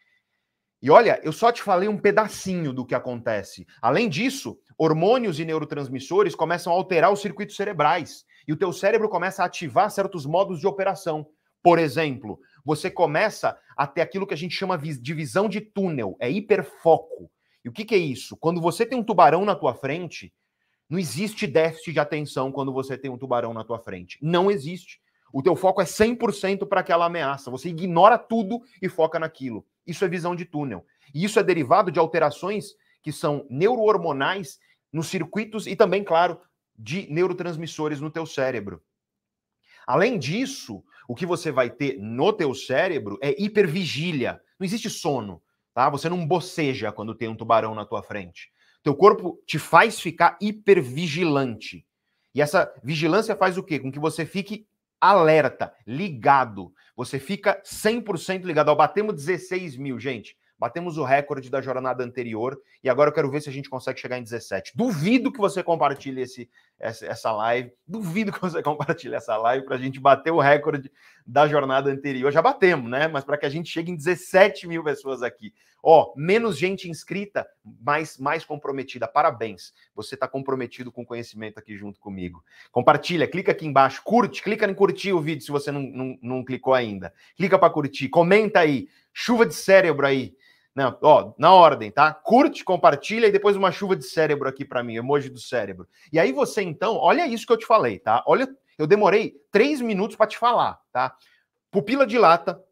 E olha, eu só te falei um pedacinho do que acontece. Além disso, hormônios e neurotransmissores começam a alterar os circuitos cerebrais. E o teu cérebro começa a ativar certos modos de operação. Por exemplo, você começa a ter aquilo que a gente chama de visão de túnel, é hiperfoco. E o que é isso? Quando você tem um tubarão na tua frente, não existe déficit de atenção quando você tem um tubarão na tua frente. Não existe. O teu foco é 100% para aquela ameaça. Você ignora tudo e foca naquilo. Isso é visão de túnel. E isso é derivado de alterações que são neurohormonais nos circuitos e também, claro, de neurotransmissores no teu cérebro. Além disso, o que você vai ter no teu cérebro é hipervigília. Não existe sono, tá? Você não boceja quando tem um tubarão na tua frente. Teu corpo te faz ficar hipervigilante. E essa vigilância faz o quê? Com que você fique alerta, ligado. Você fica 100% ligado. Ó, batemos 16 mil, gente. Batemos o recorde da jornada anterior e agora eu quero ver se a gente consegue chegar em 17. Duvido que você compartilhe essa live. Duvido que você compartilhe essa live para a gente bater o recorde da jornada anterior. Já batemos, né? Mas para que a gente chegue em 17 mil pessoas aqui. Ó, menos gente inscrita, mais comprometida. Parabéns. Você está comprometido com o conhecimento aqui junto comigo. Compartilha, clica aqui embaixo, curte, clica em curtir o vídeo se você não clicou ainda. Clica para curtir, comenta aí. Chuva de cérebro aí. Não, ó, na ordem, tá? Curte, compartilha e depois uma chuva de cérebro aqui para mim, emoji do cérebro. E aí você então, olha isso que eu te falei, tá? Olha, eu demorei 3 minutos para te falar, tá? Pupila dilata,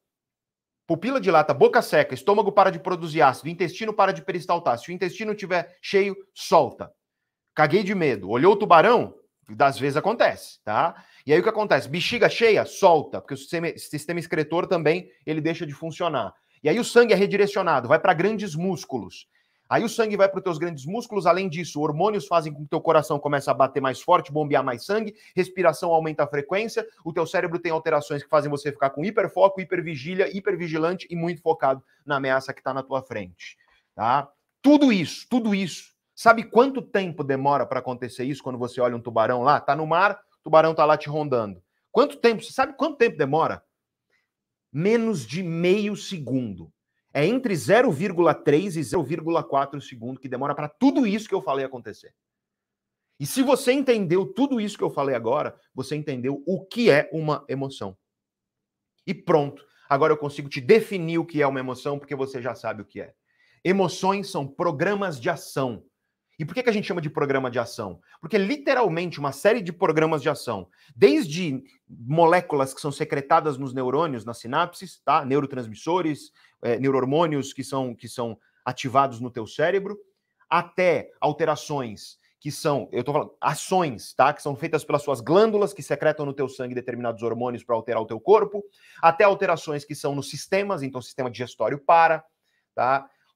boca seca, estômago para de produzir ácido, intestino para de peristaltar. Se o intestino estiver cheio, solta. Caguei de medo. Olhou o tubarão? Das vezes acontece, tá? E aí o que acontece? Bexiga cheia? Solta, porque o sistema excretor também, ele deixa de funcionar. E aí o sangue é redirecionado, vai para grandes músculos. Aí o sangue vai para os teus grandes músculos, além disso, hormônios fazem com que o teu coração comece a bater mais forte, bombear mais sangue, respiração aumenta a frequência, o teu cérebro tem alterações que fazem você ficar com hiperfoco, hipervigília, hipervigilante e muito focado na ameaça que está na tua frente, tá? Tudo isso. Sabe quanto tempo demora para acontecer isso quando você olha um tubarão lá? Tá no mar, o tubarão tá lá te rondando. Quanto tempo? Você sabe quanto tempo demora? Menos de meio segundo. É entre 0,3 e 0,4 segundo que demora para tudo isso que eu falei acontecer. E se você entendeu tudo isso que eu falei agora, você entendeu o que é uma emoção. E pronto. Agora eu consigo te definir o que é uma emoção, porque você já sabe o que é. Emoções são programas de ação. E por que a gente chama de programa de ação? Porque literalmente uma série de programas de ação, desde moléculas que são secretadas nos neurônios, nas sinapses, tá? Neurotransmissores, neurohormônios que são ativados no teu cérebro, até alterações que são, eu tô falando, ações, tá? Que são feitas pelas suas glândulas, que secretam no teu sangue determinados hormônios para alterar o teu corpo, até alterações que são nos sistemas, então o sistema digestório para, tá?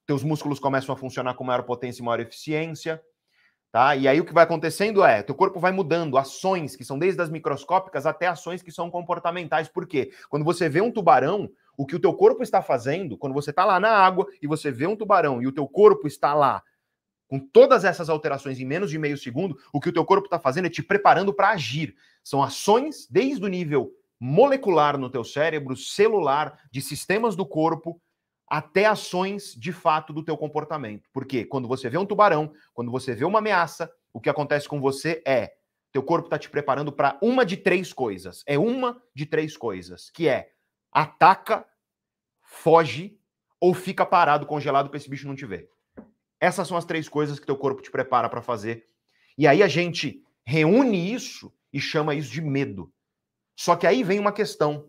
teus músculos começam a funcionar com maior potência e maior eficiência, tá? E aí o que vai acontecendo é, teu corpo vai mudando ações que são desde as microscópicas até ações que são comportamentais. Por quê? Quando você vê um tubarão, o que o teu corpo está fazendo, quando você está lá na água e você vê um tubarão e o teu corpo está lá com todas essas alterações em menos de meio segundo, o que o teu corpo está fazendo é te preparando para agir. São ações desde o nível molecular no teu cérebro, celular, de sistemas do corpo, até ações de fato do teu comportamento. Porque quando você vê um tubarão, quando você vê uma ameaça, o que acontece com você é, teu corpo está te preparando para uma de três coisas. É uma de três coisas, que é ataca, foge ou fica parado, congelado para esse bicho não te ver. Essas são as três coisas que teu corpo te prepara para fazer. E aí a gente reúne isso e chama isso de medo. Só que aí vem uma questão.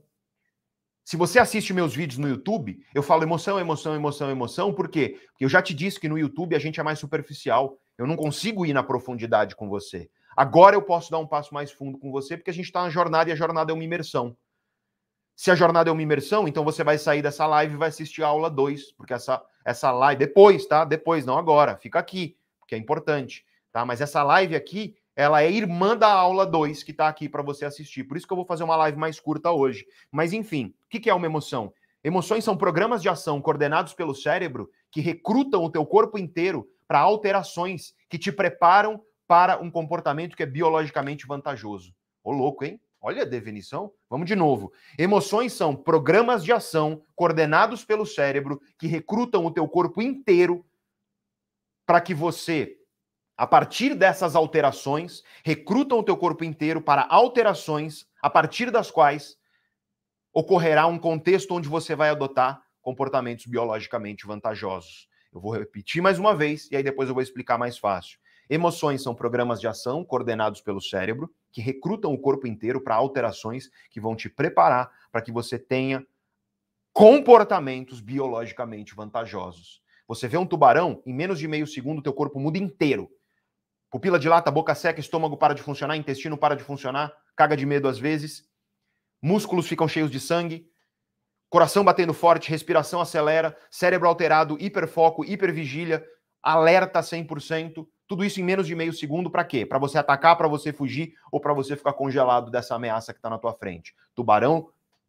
Se você assiste meus vídeos no YouTube, eu falo emoção, emoção, emoção, emoção. Por quê? Porque eu já te disse que no YouTube a gente é mais superficial. Eu não consigo ir na profundidade com você. Agora eu posso dar um passo mais fundo com você, porque a gente está na jornada e a jornada é uma imersão. Se a jornada é uma imersão, então você vai sair dessa live e vai assistir a aula 2, porque essa live, depois, tá? Depois, não agora, fica aqui, porque é importante, tá? Mas essa live aqui, ela é irmã da aula 2, que tá aqui para você assistir. Por isso que eu vou fazer uma live mais curta hoje. Mas enfim, o que é uma emoção? Emoções são programas de ação coordenados pelo cérebro que recrutam o teu corpo inteiro para alterações que te preparam para um comportamento que é biologicamente vantajoso. Ô louco, hein? Olha a definição. Vamos de novo. Emoções são programas de ação coordenados pelo cérebro que recrutam o teu corpo inteiro para que você, a partir dessas alterações, recrutam o teu corpo inteiro para alterações a partir das quais ocorrerá um contexto onde você vai adotar comportamentos biologicamente vantajosos. Eu vou repetir mais uma vez e aí depois eu vou explicar mais fácil. Emoções são programas de ação coordenados pelo cérebro que recrutam o corpo inteiro para alterações que vão te preparar para que você tenha comportamentos biologicamente vantajosos. Você vê um tubarão, em menos de meio segundo, teu corpo muda inteiro. Pupila dilata, boca seca, estômago para de funcionar, intestino para de funcionar, caga de medo às vezes, músculos ficam cheios de sangue, coração batendo forte, respiração acelera, cérebro alterado, hiperfoco, hipervigília, alerta 100%. Tudo isso em menos de meio segundo, para quê? Para você atacar, para você fugir ou para você ficar congelado dessa ameaça que está na tua frente. Tubarão,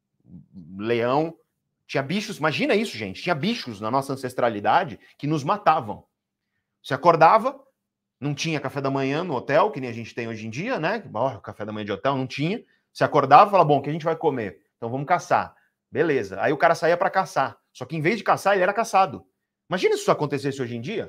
leão, tinha bichos, imagina isso, gente, tinha bichos na nossa ancestralidade que nos matavam. Você acordava, não tinha café da manhã no hotel, que nem a gente tem hoje em dia, né? Café da manhã de hotel, não tinha. Você acordava e falava, bom, o que a gente vai comer? Então vamos caçar. Beleza. Aí o cara saía para caçar. Só que em vez de caçar, ele era caçado. Imagina se isso acontecesse hoje em dia.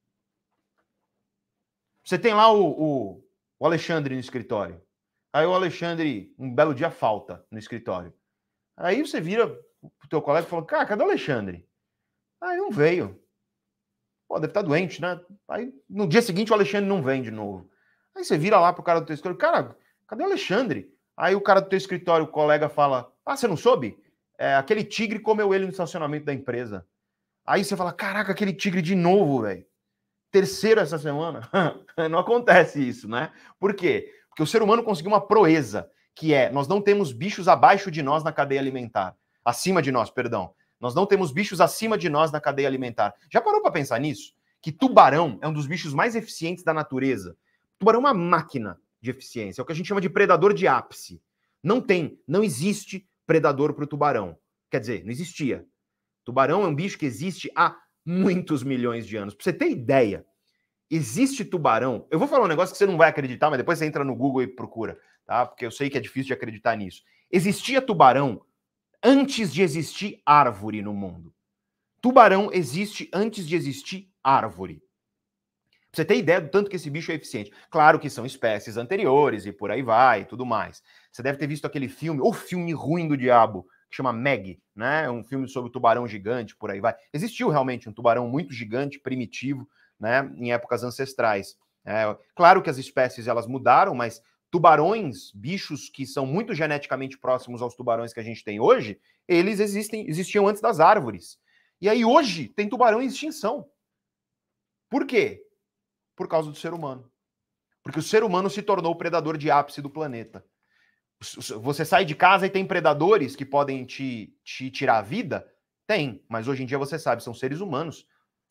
Você tem lá o Alexandre no escritório. Aí o Alexandre, um belo dia, falta no escritório. Aí você vira pro teu colega e fala, cara, cadê o Alexandre? Aí não veio. Pô, deve estar doente, né? Aí no dia seguinte o Alexandre não vem de novo. Aí você vira lá pro cara do teu escritório, cara, cadê o Alexandre? Aí o cara do teu escritório, o colega fala, você não soube? Aquele tigre comeu ele no estacionamento da empresa. Aí você fala, caraca, aquele tigre de novo, velho. Terceiro essa semana. Não acontece isso, né? Por quê? Porque o ser humano conseguiu uma proeza, que é, nós não temos bichos abaixo de nós na cadeia alimentar. Acima de nós, perdão. Nós não temos bichos acima de nós na cadeia alimentar. Já parou para pensar nisso? Que tubarão é um dos bichos mais eficientes da natureza. Tubarão é uma máquina de eficiência. É o que a gente chama de predador de ápice. Não existe predador para o tubarão. Quer dizer, não existia. Tubarão é um bicho que existe há muitos milhões de anos. Pra você ter ideia, existe tubarão. Eu vou falar um negócio que você não vai acreditar, mas depois você entra no Google e procura, tá? Porque eu sei que é difícil de acreditar nisso. Existia tubarão antes de existir árvore no mundo. Tubarão existe antes de existir árvore. Pra você ter ideia do tanto que esse bicho é eficiente. Claro que são espécies anteriores e por aí vai e tudo mais. Você deve ter visto aquele filme, ou filme ruim do diabo, que chama Meg, né? Um filme sobre o tubarão gigante, por aí vai. Existiu realmente um tubarão muito gigante, primitivo, né? Em épocas ancestrais. Claro que as espécies elas mudaram, mas tubarões, bichos que são muito geneticamente próximos aos tubarões que a gente tem hoje, eles existiam antes das árvores. E aí hoje tem tubarão em extinção. Por quê? Por causa do ser humano. Porque o ser humano se tornou o predador de ápice do planeta. Você sai de casa e tem predadores que podem te tirar a vida? Tem, mas hoje em dia você sabe, são seres humanos.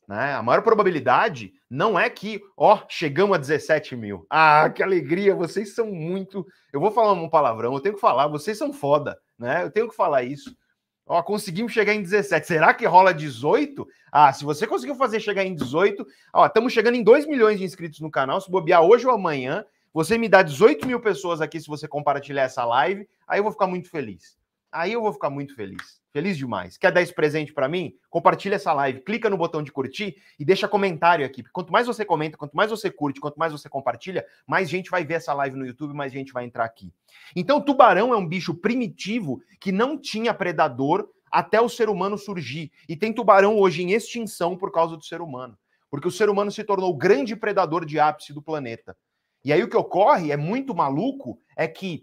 né? A maior probabilidade não é que, ó, chegamos a 17 mil. Ah, que alegria, vocês são muito... Eu vou falar um palavrão, eu tenho que falar, vocês são foda, né? Eu tenho que falar isso. Ó, conseguimos chegar em 17. Será que rola 18? Ah, se você conseguiu fazer chegar em 18, ó, estamos chegando em 2 milhões de inscritos no canal, se bobear hoje ou amanhã, você me dá 18 mil pessoas aqui se você compartilhar essa live, aí eu vou ficar muito feliz. Aí eu vou ficar muito feliz. Feliz demais. Quer dar esse presente para mim? Compartilha essa live, clica no botão de curtir e deixa comentário aqui. Porque quanto mais você comenta, quanto mais você curte, quanto mais você compartilha, mais gente vai ver essa live no YouTube, mais gente vai entrar aqui. Então, o tubarão é um bicho primitivo que não tinha predador até o ser humano surgir. E tem tubarão hoje em extinção por causa do ser humano. Porque o ser humano se tornou o grande predador de ápice do planeta. E aí o que ocorre, é muito maluco, é que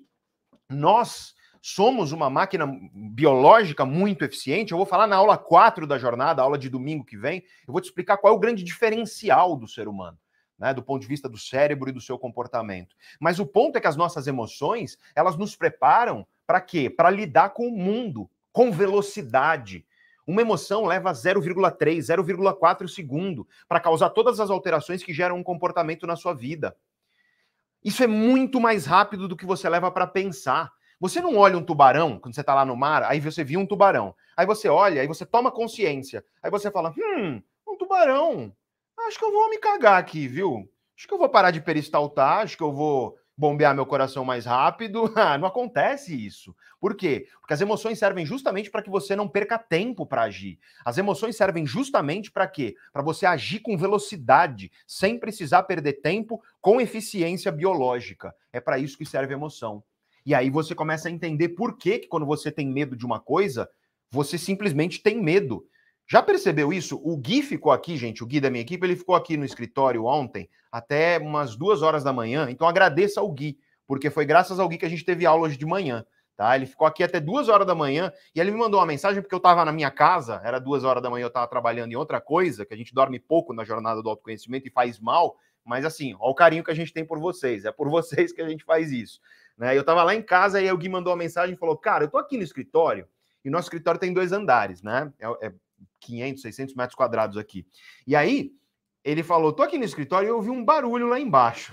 nós somos uma máquina biológica muito eficiente. Eu vou falar na aula 4 da jornada, aula de domingo que vem, eu vou te explicar qual é o grande diferencial do ser humano, né, do ponto de vista do cérebro e do seu comportamento. Mas o ponto é que as nossas emoções, elas nos preparam para quê? Para lidar com o mundo, com velocidade. Uma emoção leva 0,3, 0,4 segundo para causar todas as alterações que geram um comportamento na sua vida. Isso é muito mais rápido do que você leva para pensar. Você não olha um tubarão, quando você está lá no mar, aí você viu um tubarão. Aí você olha, aí você toma consciência. Aí você fala, um tubarão. Acho que eu vou me cagar aqui, viu? Acho que eu vou parar de peristaltar, acho que eu vou bombear meu coração mais rápido. Não acontece isso. Por quê? Porque as emoções servem justamente para que você não perca tempo para agir. As emoções servem justamente para quê? Para você agir com velocidade, sem precisar perder tempo, com eficiência biológica. É para isso que serve a emoção. E aí você começa a entender por que quando você tem medo de uma coisa, você simplesmente tem medo. Já percebeu isso? O Gui ficou aqui, gente, o Gui da minha equipe, ele ficou aqui no escritório ontem, até umas 2 horas da manhã, então agradeça ao Gui, porque foi graças ao Gui que a gente teve aula hoje de manhã, tá? Ele ficou aqui até 2 horas da manhã, e ele me mandou uma mensagem, porque eu estava na minha casa, era 2 horas da manhã, eu estava trabalhando em outra coisa, que a gente dorme pouco na jornada do autoconhecimento e faz mal, mas assim, olha o carinho que a gente tem por vocês, é por vocês que a gente faz isso. Né? Eu estava lá em casa e aí o Gui mandou uma mensagem e falou, cara, eu tô aqui no escritório, e nosso escritório tem 2 andares, né? É 500, 600 metros quadrados aqui. E aí, ele falou, tô aqui no escritório e eu ouvi um barulho lá embaixo.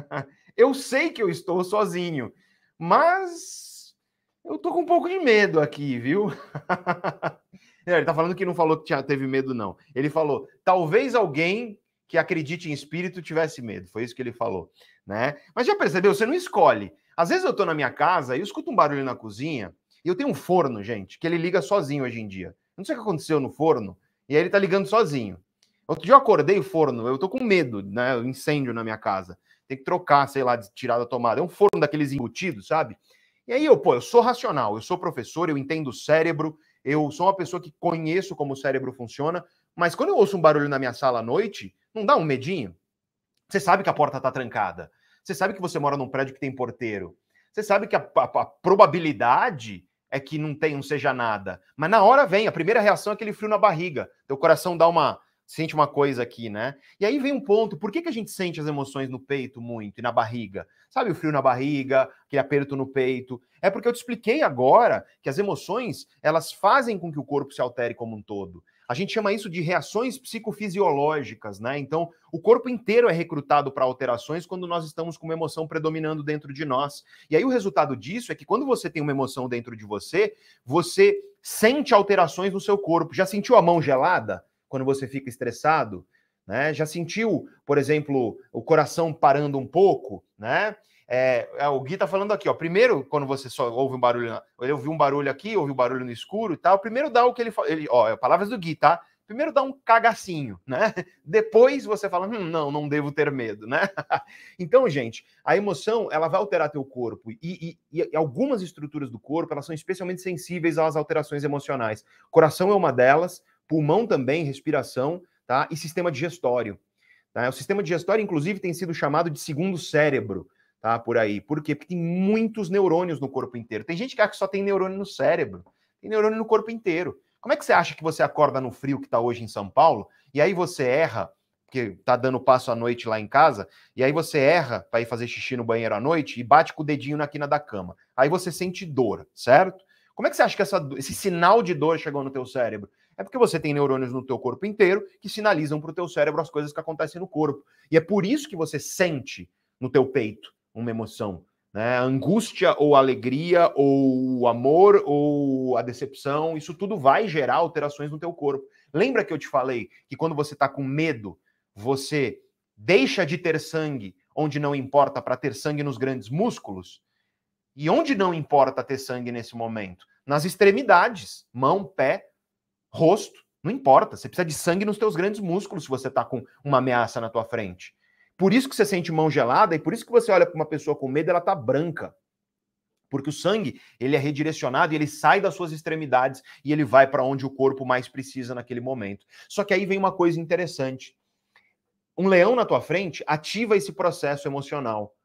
Eu sei que eu estou sozinho, mas eu tô com um pouco de medo aqui, viu? Ele tá falando que não falou que teve medo, não. Ele falou, talvez alguém que acredite em espírito tivesse medo. Foi isso que ele falou, né? Mas já percebeu? Você não escolhe. Às vezes eu tô na minha casa e eu escuto um barulho na cozinha e eu tenho um forno, gente, que ele liga sozinho hoje em dia. Não sei o que aconteceu no forno e aí ele tá ligando sozinho. Outro dia eu acordei o forno, eu tô com medo, né? Incêndio na minha casa. Tem que trocar, sei lá, tirar da tomada. É um forno daqueles embutidos, sabe? E aí eu sou racional, eu sou professor, eu entendo o cérebro, eu sou uma pessoa que conheço como o cérebro funciona, mas quando eu ouço um barulho na minha sala à noite, não dá um medinho? Você sabe que a porta tá trancada. Você sabe que você mora num prédio que tem porteiro. Você sabe que a probabilidade é que não seja nada. Mas na hora vem, a primeira reação é aquele frio na barriga. Teu coração sente uma coisa aqui, né? E aí vem um ponto, por que a gente sente as emoções no peito muito e na barriga? Sabe o frio na barriga, aquele aperto no peito? É porque eu te expliquei agora que as emoções, elas fazem com que o corpo se altere como um todo. A gente chama isso de reações psicofisiológicas, né? Então, o corpo inteiro é recrutado para alterações quando nós estamos com uma emoção predominando dentro de nós. E aí o resultado disso é que quando você tem uma emoção dentro de você, você sente alterações no seu corpo. Já sentiu a mão gelada quando você fica estressado? Né? Já sentiu, por exemplo, o coração parando um pouco, né? O Gui tá falando aqui, ó. Primeiro, quando você só ouve um barulho, ele ouviu um barulho aqui, ouviu um barulho no escuro e tal. Primeiro dá o que ele fala, ó, palavras do Gui, tá? Primeiro dá um cagacinho, né? Depois você fala, não devo ter medo, né? Então, gente, a emoção, ela vai alterar teu corpo e algumas estruturas do corpo, elas são especialmente sensíveis às alterações emocionais. Coração é uma delas, pulmão também, respiração, tá? E sistema digestório. Tá? O sistema digestório, inclusive, tem sido chamado de segundo cérebro, tá? Por aí. Por quê? Porque tem muitos neurônios no corpo inteiro. Tem gente que acha que só tem neurônio no cérebro. Tem neurônio no corpo inteiro. Como é que você acha que você acorda no frio que está hoje em São Paulo, e aí você erra, porque tá dando passo à noite lá em casa, e aí você erra para ir fazer xixi no banheiro à noite e bate com o dedinho na quina da cama. Aí você sente dor, certo? Como é que você acha que esse sinal de dor chegou no teu cérebro? É porque você tem neurônios no teu corpo inteiro que sinalizam para o teu cérebro as coisas que acontecem no corpo. E é por isso que você sente no teu peito uma emoção, né? A angústia ou a alegria ou o amor ou a decepção, isso tudo vai gerar alterações no teu corpo. Lembra que eu te falei que quando você está com medo, você deixa de ter sangue onde não importa para ter sangue nos grandes músculos? E onde não importa ter sangue nesse momento? Nas extremidades, mão, pé, rosto, não importa. Você precisa de sangue nos teus grandes músculos se você está com uma ameaça na tua frente. Por isso que você sente mão gelada e por isso que você olha para uma pessoa com medo, ela tá branca. Porque o sangue, ele é redirecionado e ele sai das suas extremidades e ele vai para onde o corpo mais precisa naquele momento. Só que aí vem uma coisa interessante. Um leão na tua frente ativa esse processo emocional.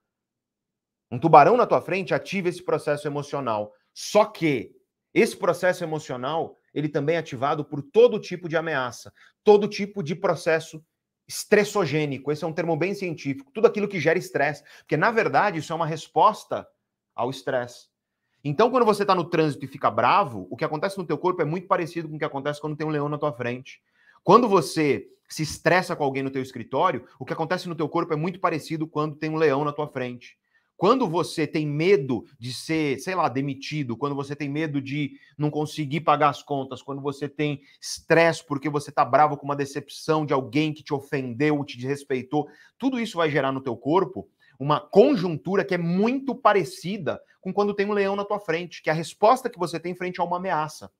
Um tubarão na tua frente ativa esse processo emocional. Só que esse processo emocional, ele também é ativado por todo tipo de ameaça, todo tipo de processo estressogênico. Esse é um termo bem científico. Tudo aquilo que gera estresse. Porque, na verdade, isso é uma resposta ao estresse. Então, quando você está no trânsito e fica bravo, o que acontece no teu corpo é muito parecido com o que acontece quando tem um leão na tua frente. Quando você se estressa com alguém no teu escritório, o que acontece no teu corpo é muito parecido quando tem um leão na tua frente. Quando você tem medo de ser, sei lá, demitido, quando você tem medo de não conseguir pagar as contas, quando você tem estresse porque você tá bravo com uma decepção de alguém que te ofendeu, te desrespeitou, tudo isso vai gerar no teu corpo uma conjuntura que é muito parecida com quando tem um leão na tua frente, que é a resposta que você tem frente a uma ameaça.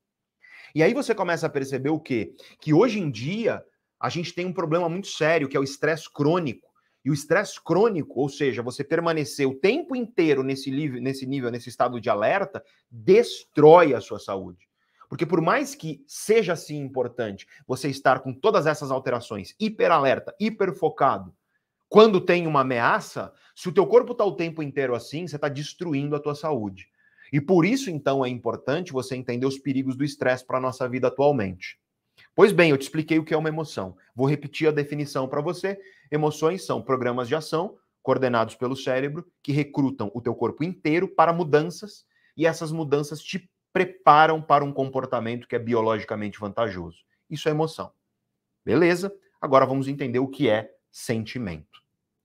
E aí você começa a perceber o quê? Que hoje em dia a gente tem um problema muito sério, que é o estresse crônico. E o estresse crônico, ou seja, você permanecer o tempo inteiro nesse nível, nesse estado de alerta, destrói a sua saúde. Porque por mais que seja assim importante você estar com todas essas alterações, hiperalerta, hiperfocado, quando tem uma ameaça, se o teu corpo está o tempo inteiro assim, você está destruindo a tua saúde. E por isso, então, é importante você entender os perigos do estresse para a nossa vida atualmente. Pois bem, eu te expliquei o que é uma emoção. Vou repetir a definição para você. Emoções são programas de ação coordenados pelo cérebro que recrutam o teu corpo inteiro para mudanças e essas mudanças te preparam para um comportamento que é biologicamente vantajoso. Isso é emoção. Beleza? Agora vamos entender o que é sentimento.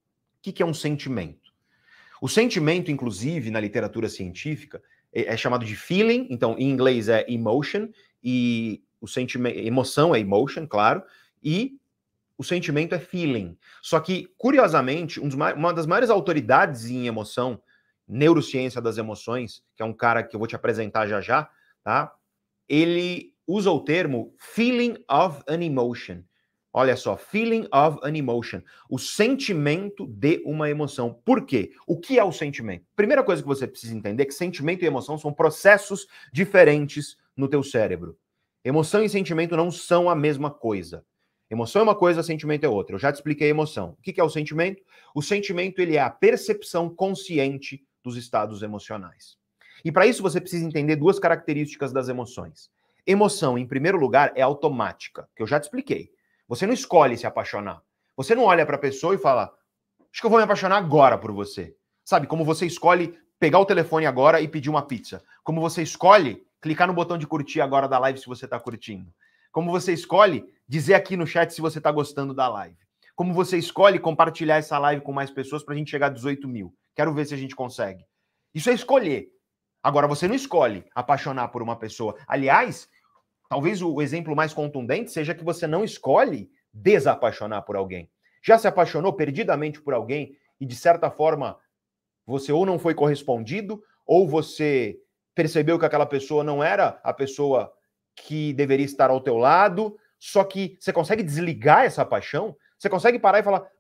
O que é um sentimento? O sentimento, inclusive, na literatura científica, é chamado de feeling, então em inglês é emotion, e o sentimento, emoção é emotion, claro, e o sentimento é feeling. Só que, curiosamente, uma das maiores autoridades em emoção, neurociência das emoções, que é um cara que eu vou te apresentar já já, tá? Ele usa o termo feeling of an emotion. Olha só, feeling of an emotion. O sentimento de uma emoção. Por quê? O que é o sentimento? Primeira coisa que você precisa entender é que sentimento e emoção são processos diferentes no teu cérebro. Emoção e sentimento não são a mesma coisa. Emoção é uma coisa, sentimento é outra. Eu já te expliquei a emoção. O que é o sentimento? O sentimento, ele é a percepção consciente dos estados emocionais. E para isso você precisa entender duas características das emoções. Emoção, em primeiro lugar, é automática, que eu já te expliquei. Você não escolhe se apaixonar. Você não olha para a pessoa e fala, acho que eu vou me apaixonar agora por você. Sabe, como você escolhe pegar o telefone agora e pedir uma pizza. Como você escolhe clicar no botão de curtir agora da live se você está curtindo. Como você escolhe dizer aqui no chat se você está gostando da live. Como você escolhe compartilhar essa live com mais pessoas para a gente chegar a 18 mil. Quero ver se a gente consegue. Isso é escolher. Agora, você não escolhe apaixonar por uma pessoa. Aliás, talvez o exemplo mais contundente seja que você não escolhe desapaixonar por alguém. Já se apaixonou perdidamente por alguém e, de certa forma, você ou não foi correspondido, ou você percebeu que aquela pessoa não era a pessoa que deveria estar ao teu lado, só que você consegue desligar essa paixão? Você consegue parar e falar,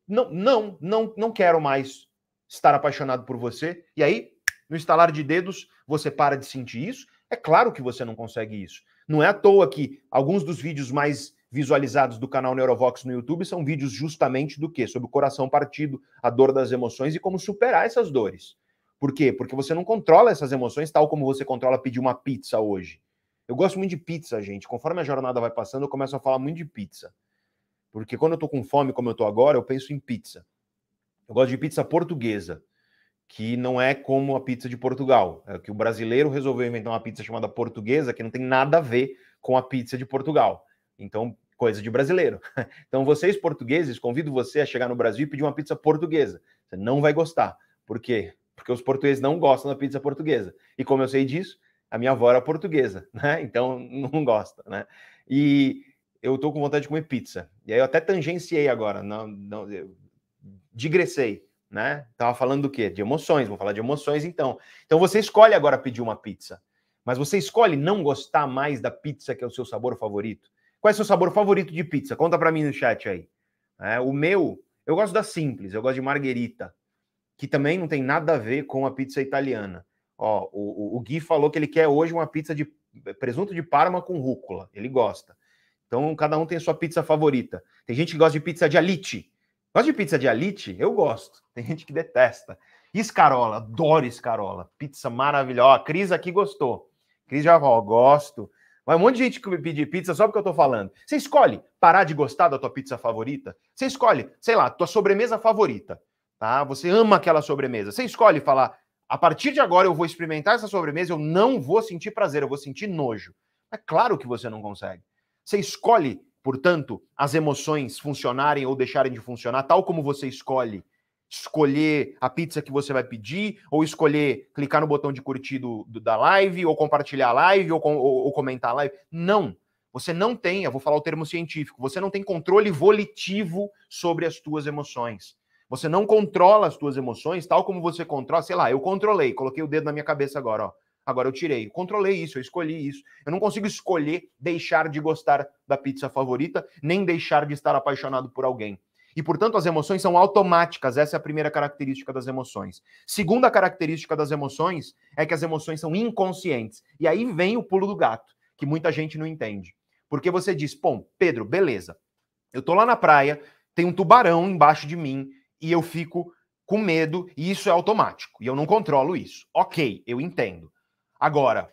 não quero mais estar apaixonado por você? E aí, no estalar de dedos, você para de sentir isso? É claro que você não consegue isso. Não é à toa que alguns dos vídeos mais visualizados do canal Neurovox no YouTube são vídeos justamente do quê? Sobre o coração partido, a dor das emoções e como superar essas dores. Por quê? Porque você não controla essas emoções tal como você controla pedir uma pizza hoje. Eu gosto muito de pizza, gente. Conforme a jornada vai passando, eu começo a falar muito de pizza. Porque quando eu tô com fome, como eu tô agora, eu penso em pizza. Eu gosto de pizza portuguesa, que não é como a pizza de Portugal. É que o brasileiro resolveu inventar uma pizza chamada portuguesa, que não tem nada a ver com a pizza de Portugal. Então, coisa de brasileiro. Então, vocês portugueses, convido você a chegar no Brasil e pedir uma pizza portuguesa. Você não vai gostar. Por quê? Porque os portugueses não gostam da pizza portuguesa. E como eu sei disso, a minha avó era portuguesa, né? Então, não gosta, né? E eu tô com vontade de comer pizza. E aí eu até tangenciei agora, não, digressei, né? Tava falando do quê? De emoções, vou falar de emoções então. Então você escolhe agora pedir uma pizza, mas você escolhe não gostar mais da pizza que é o seu sabor favorito. Qual é o seu sabor favorito de pizza? Conta para mim no chat aí. O meu, eu gosto da simples, eu gosto de marguerita, que também não tem nada a ver com a pizza italiana. Ó, o Gui falou que ele quer hoje uma pizza de presunto de Parma com rúcula, ele gosta. Então, cada um tem a sua pizza favorita. Tem gente que gosta de pizza de alite. Gosta de pizza de alite? Eu gosto. Tem gente que detesta. Escarola, adoro escarola. Pizza maravilhosa. A Cris aqui gostou. Cris já falou, gosto. Mas um monte de gente que me pede pizza só porque eu tô falando. Você escolhe parar de gostar da tua pizza favorita? Você escolhe, sei lá, tua sobremesa favorita, tá? Você ama aquela sobremesa. Você escolhe falar, a partir de agora eu vou experimentar essa sobremesa, eu não vou sentir prazer, eu vou sentir nojo. É claro que você não consegue. Você escolhe, portanto, as emoções funcionarem ou deixarem de funcionar, tal como você escolher a pizza que você vai pedir, ou escolher clicar no botão de curtir da live, ou compartilhar a live, ou comentar a live. Não. Você não tem, eu vou falar o termo científico, você não tem controle volitivo sobre as tuas emoções. Você não controla as tuas emoções, tal como você controla, sei lá, eu controlei, coloquei o dedo na minha cabeça agora, ó. Agora eu tirei, controlei isso, eu escolhi isso. Eu não consigo escolher deixar de gostar da pizza favorita, nem deixar de estar apaixonado por alguém. E, portanto, as emoções são automáticas. Essa é a primeira característica das emoções. Segunda característica das emoções é que as emoções são inconscientes. E aí vem o pulo do gato, que muita gente não entende. Porque você diz, pô, Pedro, beleza, eu tô lá na praia, tem um tubarão embaixo de mim e eu fico com medo e isso é automático. E eu não controlo isso. Ok, eu entendo. Agora,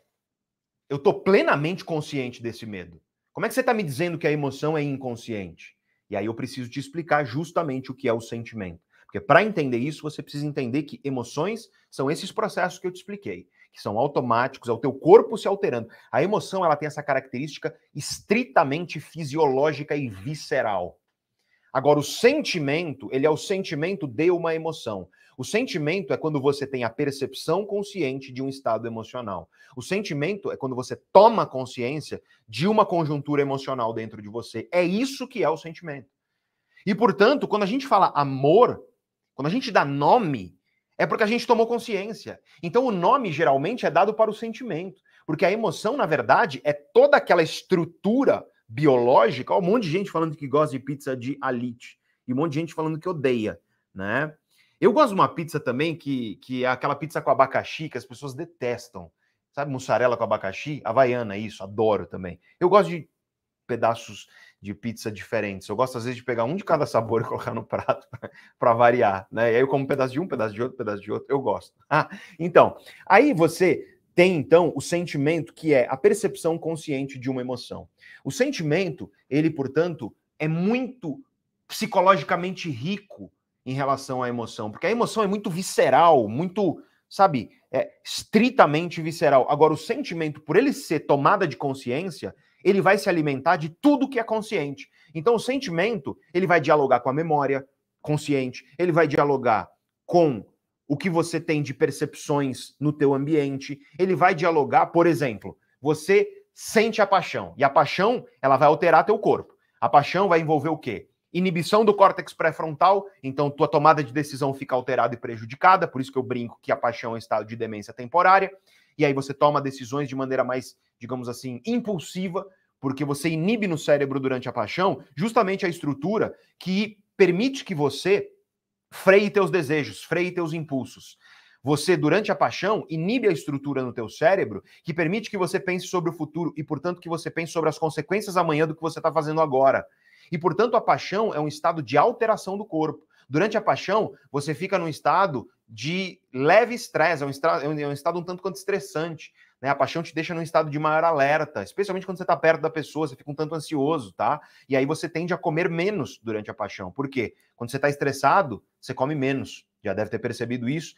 eu tô plenamente consciente desse medo. Como é que você está me dizendo que a emoção é inconsciente? E aí eu preciso te explicar justamente o que é o sentimento. Porque para entender isso, você precisa entender que emoções são esses processos que eu te expliquei, que são automáticos, é o teu corpo se alterando. A emoção, ela tem essa característica estritamente fisiológica e visceral. Agora, o sentimento, ele é o sentimento de uma emoção. O sentimento é quando você tem a percepção consciente de um estado emocional. O sentimento é quando você toma consciência de uma conjuntura emocional dentro de você. É isso que é o sentimento. E, portanto, quando a gente fala amor, quando a gente dá nome, é porque a gente tomou consciência. Então, o nome geralmente é dado para o sentimento. Porque a emoção, na verdade, é toda aquela estrutura biológica. Olha um monte de gente falando que gosta de pizza de alite. E um monte de gente falando que odeia, né? Eu gosto de uma pizza também que é aquela pizza com abacaxi que as pessoas detestam. Sabe, mussarela com abacaxi? Havaiana, isso, adoro também. Eu gosto de pedaços de pizza diferentes. Eu gosto, às vezes, de pegar um de cada sabor e colocar no prato para variar, né? E aí eu como um pedaço de um, pedaço de outro, pedaço de outro. Eu gosto. Então, aí você tem, então, o sentimento, que é a percepção consciente de uma emoção. O sentimento, ele, portanto, é muito psicologicamente rico em relação à emoção, porque a emoção é muito visceral, muito, sabe, estritamente visceral. Agora, o sentimento, por ele ser tomada de consciência, ele vai se alimentar de tudo que é consciente. Então, o sentimento, ele vai dialogar com a memória consciente, ele vai dialogar com o que você tem de percepções no teu ambiente, ele vai dialogar, por exemplo, você sente a paixão, e a paixão, ela vai alterar teu corpo. A paixão vai envolver o quê? Inibição do córtex pré-frontal, então tua tomada de decisão fica alterada e prejudicada, por isso que eu brinco que a paixão é um estado de demência temporária, e aí você toma decisões de maneira mais, digamos assim, impulsiva, porque você inibe no cérebro durante a paixão justamente a estrutura que permite que você freie teus desejos, freie teus impulsos. Você, durante a paixão, inibe a estrutura no teu cérebro que permite que você pense sobre o futuro e, portanto, que você pense sobre as consequências amanhã do que você está fazendo agora. E, portanto, a paixão é um estado de alteração do corpo. Durante a paixão, você fica num estado de leve estresse, é um estado um tanto quanto estressante. Né? A paixão te deixa num estado de maior alerta, especialmente quando você está perto da pessoa, você fica um tanto ansioso, tá? E aí você tende a comer menos durante a paixão. Por quê? Quando você está estressado, você come menos. Já deve ter percebido isso.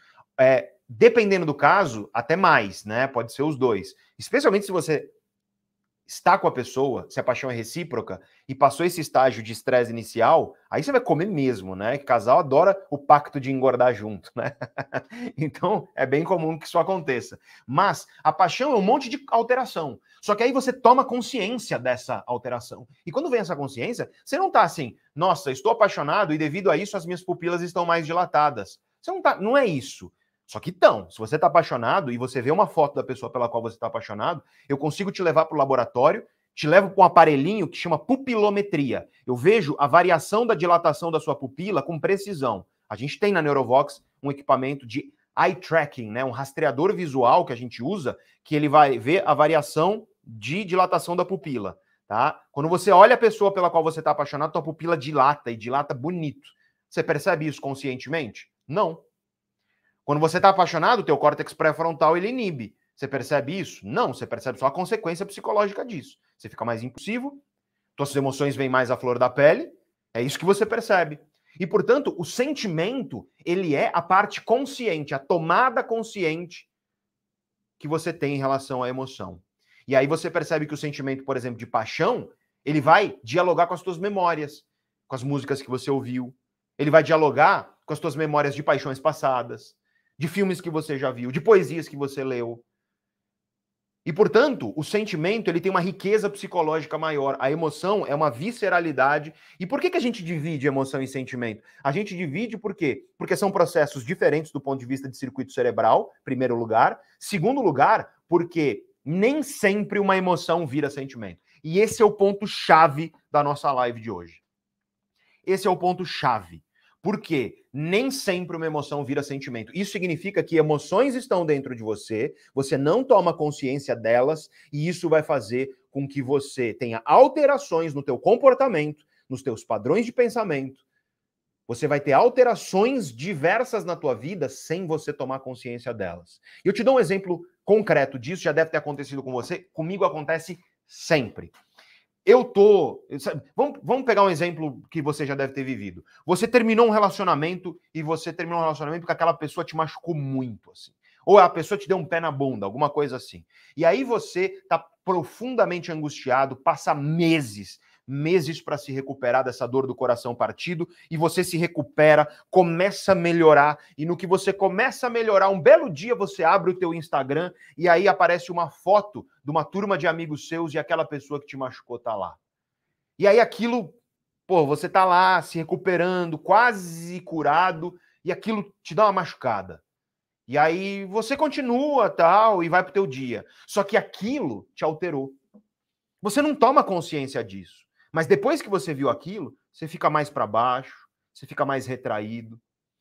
dependendo do caso, até mais, né? Pode ser os dois. Especialmente se você está com a pessoa, se a paixão é recíproca, e passou esse estágio de estresse inicial, aí você vai comer mesmo, né? Que casal adora o pacto de engordar junto, né? Então, é bem comum que isso aconteça. Mas a paixão é um monte de alteração. Só que aí você toma consciência dessa alteração. E quando vem essa consciência, você não tá assim, nossa, estou apaixonado e devido a isso as minhas pupilas estão mais dilatadas. Você não tá, não é isso. Só que então, se você está apaixonado e você vê uma foto da pessoa pela qual você está apaixonado, eu consigo te levar para o laboratório, te levo para um aparelhinho que chama pupilometria. Eu vejo a variação da dilatação da sua pupila com precisão. A gente tem na Neurovox um equipamento de eye tracking, né? Um rastreador visual que a gente usa, que ele vai ver a variação de dilatação da pupila, tá? Quando você olha a pessoa pela qual você está apaixonado, tua pupila dilata e dilata bonito. Você percebe isso conscientemente? Não. Quando você está apaixonado, o teu córtex pré-frontal ele inibe. Você percebe isso? Não, você percebe só a consequência psicológica disso. Você fica mais impulsivo, suas emoções vêm mais à flor da pele, é isso que você percebe. E, portanto, o sentimento, ele é a parte consciente, a tomada consciente que você tem em relação à emoção. E aí você percebe que o sentimento, por exemplo, de paixão, ele vai dialogar com as tuas memórias, com as músicas que você ouviu, ele vai dialogar com as tuas memórias de paixões passadas, de filmes que você já viu, de poesias que você leu. E, portanto, o sentimento ele tem uma riqueza psicológica maior. A emoção é uma visceralidade. E por que a gente divide emoção e sentimento? A gente divide por quê? Porque são processos diferentes do ponto de vista de circuito cerebral, primeiro lugar. Segundo lugar, porque nem sempre uma emoção vira sentimento. E esse é o ponto-chave da nossa live de hoje. Esse é o ponto-chave. Porque nem sempre uma emoção vira sentimento. Isso significa que emoções estão dentro de você, você não toma consciência delas, e isso vai fazer com que você tenha alterações no teu comportamento, nos teus padrões de pensamento. Você vai ter alterações diversas na tua vida sem você tomar consciência delas. E eu te dou um exemplo concreto disso, já deve ter acontecido com você, comigo acontece sempre. Vamos pegar um exemplo que você já deve ter vivido. Você terminou um relacionamento e você terminou um relacionamento porque aquela pessoa te machucou muito, assim. Ou a pessoa te deu um pé na bunda, alguma coisa assim. E aí você está profundamente angustiado, passa meses para se recuperar dessa dor do coração partido, e você se recupera, começa a melhorar, e no que você começa a melhorar, um belo dia você abre o teu Instagram e aí aparece uma foto de uma turma de amigos seus e aquela pessoa que te machucou tá lá. E aí aquilo, você tá lá se recuperando, quase curado, e aquilo te dá uma machucada. E aí você continua, tal, e vai pro teu dia. Só que aquilo te alterou. Você não toma consciência disso. Mas depois que você viu aquilo, você fica mais para baixo, você fica mais retraído,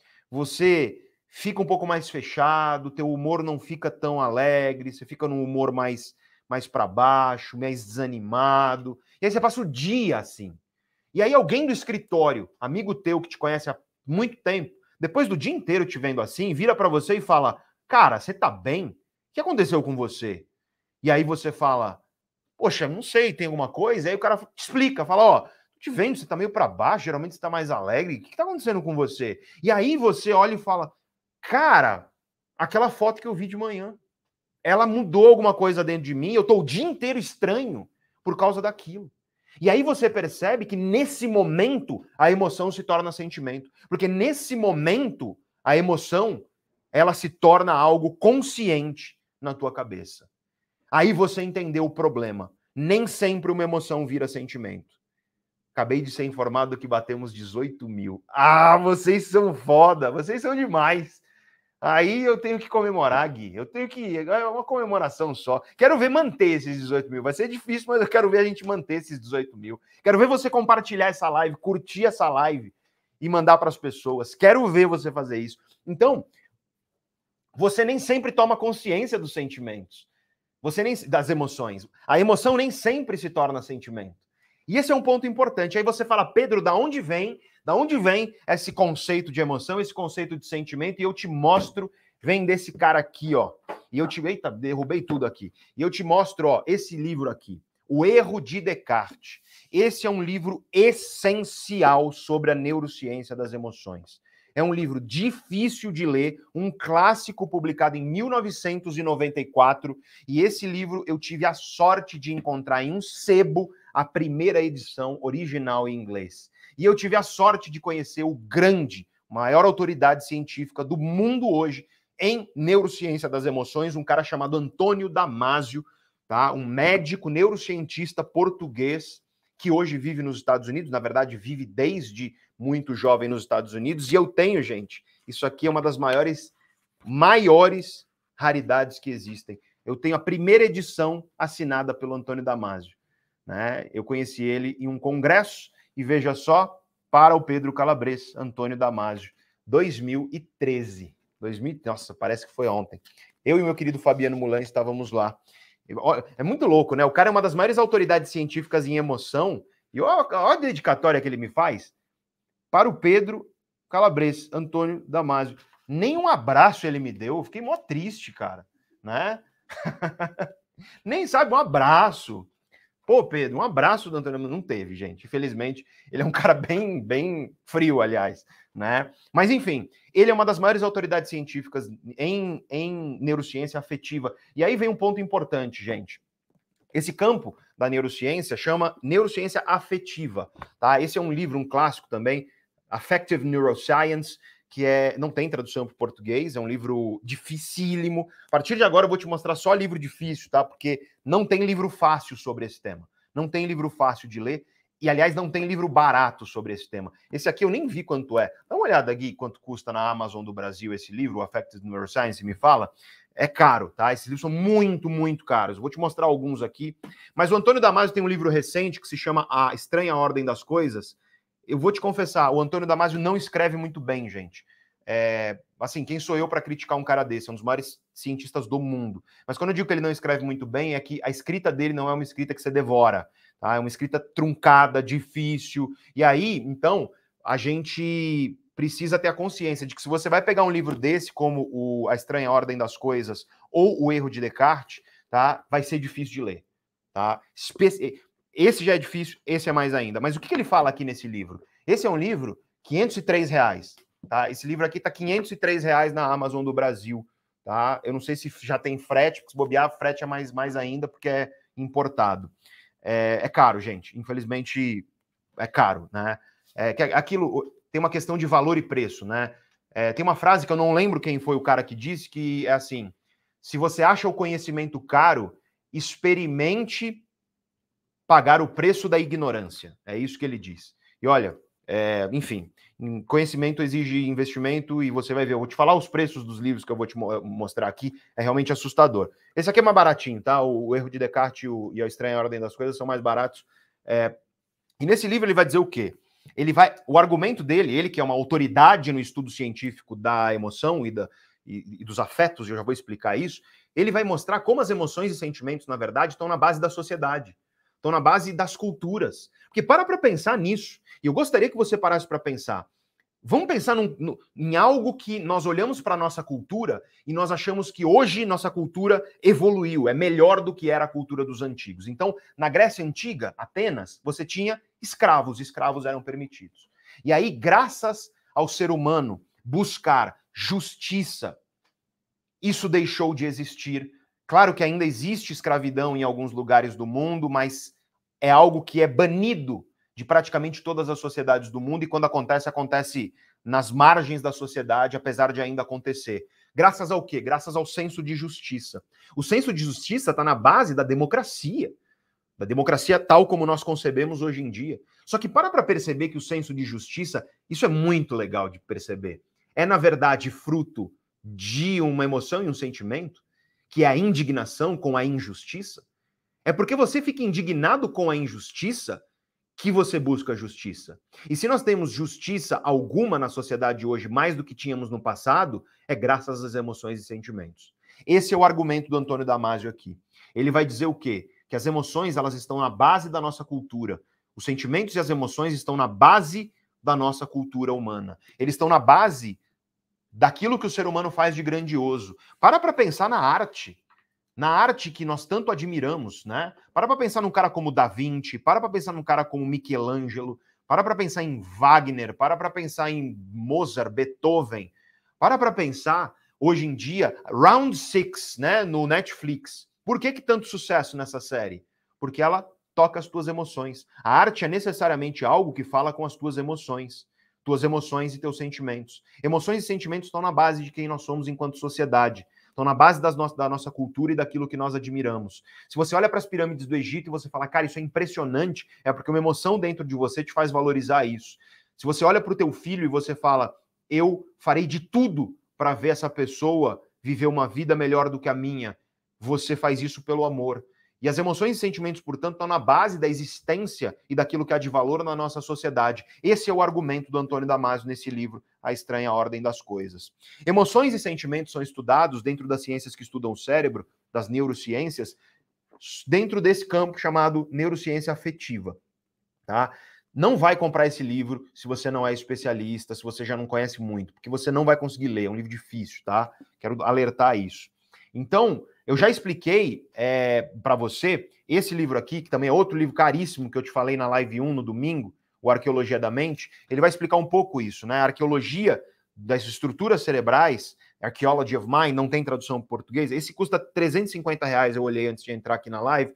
você fica um pouco mais fechado, teu humor não fica tão alegre, você fica num humor mais para baixo, mais desanimado. E aí você passa o dia assim. E aí alguém do escritório, amigo teu que te conhece há muito tempo, depois do dia inteiro te vendo assim, vira para você e fala: "Cara, você tá bem? O que aconteceu com você?" E aí você fala: "Poxa, não sei, tem alguma coisa?" Aí o cara te explica, fala: "Ó, tô te vendo, você tá meio para baixo, geralmente você tá mais alegre, o que tá acontecendo com você?" E aí você olha e fala: "Cara, aquela foto que eu vi de manhã, ela mudou alguma coisa dentro de mim, eu tô o dia inteiro estranho por causa daquilo." E aí você percebe que nesse momento a emoção se torna sentimento, porque nesse momento a emoção ela se torna algo consciente na tua cabeça. Aí você entendeu o problema. Nem sempre uma emoção vira sentimento. Acabei de ser informado que batemos 18 mil. Ah, vocês são foda, vocês são demais. Aí eu tenho que comemorar, Gui. É uma comemoração só. Quero ver manter esses 18 mil. Vai ser difícil, mas eu quero ver a gente manter esses 18 mil. Quero ver você compartilhar essa live, curtir essa live e mandar para as pessoas. Quero ver você fazer isso. Então, você nem sempre toma consciência dos sentimentos. Das emoções. A emoção nem sempre se torna sentimento. E esse é um ponto importante. Aí você fala: "Pedro, da onde vem esse conceito de emoção, esse conceito de sentimento?" E eu te mostro, vem desse cara aqui, ó. E eu te, eita, derrubei tudo aqui. E eu te mostro, ó, esse livro aqui, O Erro de Descartes. Esse é um livro essencial sobre a neurociência das emoções. É um livro difícil de ler, um clássico publicado em 1994, e esse livro eu tive a sorte de encontrar em um sebo a primeira edição original em inglês. E eu tive a sorte de conhecer o grande, maior autoridade científica do mundo hoje em neurociência das emoções, um cara chamado Antônio Damasio, tá? Um médico neurocientista português que hoje vive nos Estados Unidos, na verdade vive desde muito jovem nos Estados Unidos, e eu tenho, gente, isso aqui é uma das maiores raridades que existem. Eu tenho a primeira edição assinada pelo Antônio Damasio, né? Eu conheci ele em um congresso, e veja só, para o Pedro Calabres, Antônio Damasio, 2013. Nossa, parece que foi ontem. Eu e meu querido Fabiano Mulan estávamos lá. É muito louco, né? O cara é uma das maiores autoridades científicas em emoção, e olha a dedicatória que ele me faz para o Pedro Calabres, Antônio Damasio. Nem um abraço ele me deu, eu fiquei mó triste, cara, né? Nem sabe, um abraço. Pô, Pedro, um abraço do Antônio. Não teve, gente. Infelizmente, ele é um cara bem frio, aliás, né? Mas, enfim, ele é uma das maiores autoridades científicas em neurociência afetiva. E aí vem um ponto importante, gente. Esse campo da neurociência chama neurociência afetiva, tá? Esse é um livro, um clássico também, Affective Neuroscience, que não tem tradução para o português, é um livro dificílimo. A partir de agora eu vou te mostrar só livro difícil, tá? Porque não tem livro fácil sobre esse tema. Não tem livro fácil de ler. E, aliás, não tem livro barato sobre esse tema. Esse aqui eu nem vi quanto é. Dá uma olhada, Gui, quanto custa na Amazon do Brasil esse livro, Affective Neuroscience, me fala. É caro, tá? Esses livros são muito caros. Eu vou te mostrar alguns aqui. Mas o Antônio Damasio tem um livro recente que se chama A Estranha Ordem das Coisas. Eu vou te confessar, o Antônio Damasio não escreve muito bem, gente. Assim, quem sou eu para criticar um cara desse? É um dos maiores cientistas do mundo. Mas quando eu digo que ele não escreve muito bem, é que a escrita dele não é uma escrita que você devora, tá? É uma escrita truncada, difícil. E aí, então, a gente precisa ter a consciência de que se você vai pegar um livro desse, como A Estranha Ordem das Coisas ou O Erro de Descartes, tá? Vai ser difícil de ler, tá? Esse já é difícil, esse é mais ainda. Mas o que ele fala aqui nesse livro? Esse é um livro, R$ 503, tá? Esse livro aqui tá R$ 503 na Amazon do Brasil, tá? Eu não sei se já tem frete, porque se bobear, frete é mais ainda, porque é importado. É caro, gente. Infelizmente, é caro, né? Aquilo tem uma questão de valor e preço, né? Tem uma frase que eu não lembro quem foi o cara que disse, que é assim: se você acha o conhecimento caro, experimente pagar o preço da ignorância. É isso que ele diz. E olha, enfim, conhecimento exige investimento e você vai ver. Eu vou te falar os preços dos livros que eu vou te mostrar aqui, é realmente assustador. Esse aqui é mais baratinho, tá? O Erro de Descartes e A Estranha Ordem das Coisas são mais baratos. E nesse livro ele vai dizer o quê? O argumento dele, ele que é uma autoridade no estudo científico da emoção e dos afetos, eu já vou explicar isso, ele vai mostrar como as emoções e sentimentos, na verdade, estão na base da sociedade. Estão na base das culturas. Porque para pensar nisso, e eu gostaria que você parasse para pensar. Vamos pensar em algo que nós olhamos para a nossa cultura e nós achamos que hoje nossa cultura evoluiu, é melhor do que era a cultura dos antigos. Então, na Grécia Antiga, Atenas, você tinha escravos eram permitidos. E aí, graças ao ser humano buscar justiça, isso deixou de existir. Claro que ainda existe escravidão em alguns lugares do mundo, mas é algo que é banido de praticamente todas as sociedades do mundo, e quando acontece, acontece nas margens da sociedade, apesar de ainda acontecer. Graças ao quê? Graças ao senso de justiça. O senso de justiça está na base da democracia tal como nós concebemos hoje em dia. Só que para perceber que o senso de justiça, isso é muito legal de perceber, é, na verdade, fruto de uma emoção e um sentimento, que é a indignação com a injustiça. É porque você fica indignado com a injustiça que você busca justiça. E se nós temos justiça alguma na sociedade hoje, mais do que tínhamos no passado, é graças às emoções e sentimentos. Esse é o argumento do Antônio Damasio aqui. Ele vai dizer o quê? Que as emoções, elas estão na base da nossa cultura. Os sentimentos e as emoções estão na base da nossa cultura humana. Eles estão na base daquilo que o ser humano faz de grandioso. Para pensar na arte que nós tanto admiramos, né? Para pensar num cara como Da Vinci, para pensar num cara como Michelangelo, para pensar em Wagner, para pensar em Mozart, Beethoven, para pensar, hoje em dia, Round Six, né, no Netflix. Por que tanto sucesso nessa série? Porque ela toca as tuas emoções. A arte é necessariamente algo que fala com as tuas emoções e teus sentimentos. Emoções e sentimentos estão na base de quem nós somos enquanto sociedade. Estão na base da nossa cultura e daquilo que nós admiramos. Se você olha para as pirâmides do Egito e você fala, cara, isso é impressionante, é porque uma emoção dentro de você te faz valorizar isso. Se você olha para o teu filho e você fala, eu farei de tudo para ver essa pessoa viver uma vida melhor do que a minha, você faz isso pelo amor. E as emoções e sentimentos, portanto, estão na base da existência e daquilo que há de valor na nossa sociedade. Esse é o argumento do Antônio Damasio nesse livro, A Estranha Ordem das Coisas. Emoções e sentimentos são estudados dentro das ciências que estudam o cérebro, das neurociências, dentro desse campo chamado neurociência afetiva. Tá? Não vai comprar esse livro se você não é especialista, se você já não conhece muito, porque você não vai conseguir ler, é um livro difícil, tá? Quero alertar isso. Então, eu já expliquei para você esse livro aqui, que também é outro livro caríssimo que eu te falei na live 1 no domingo, o Arqueologia da Mente, ele vai explicar um pouco isso, né? A arqueologia das estruturas cerebrais, Archaeology of Mind, não tem tradução para português, esse custa R$350, eu olhei antes de entrar aqui na live,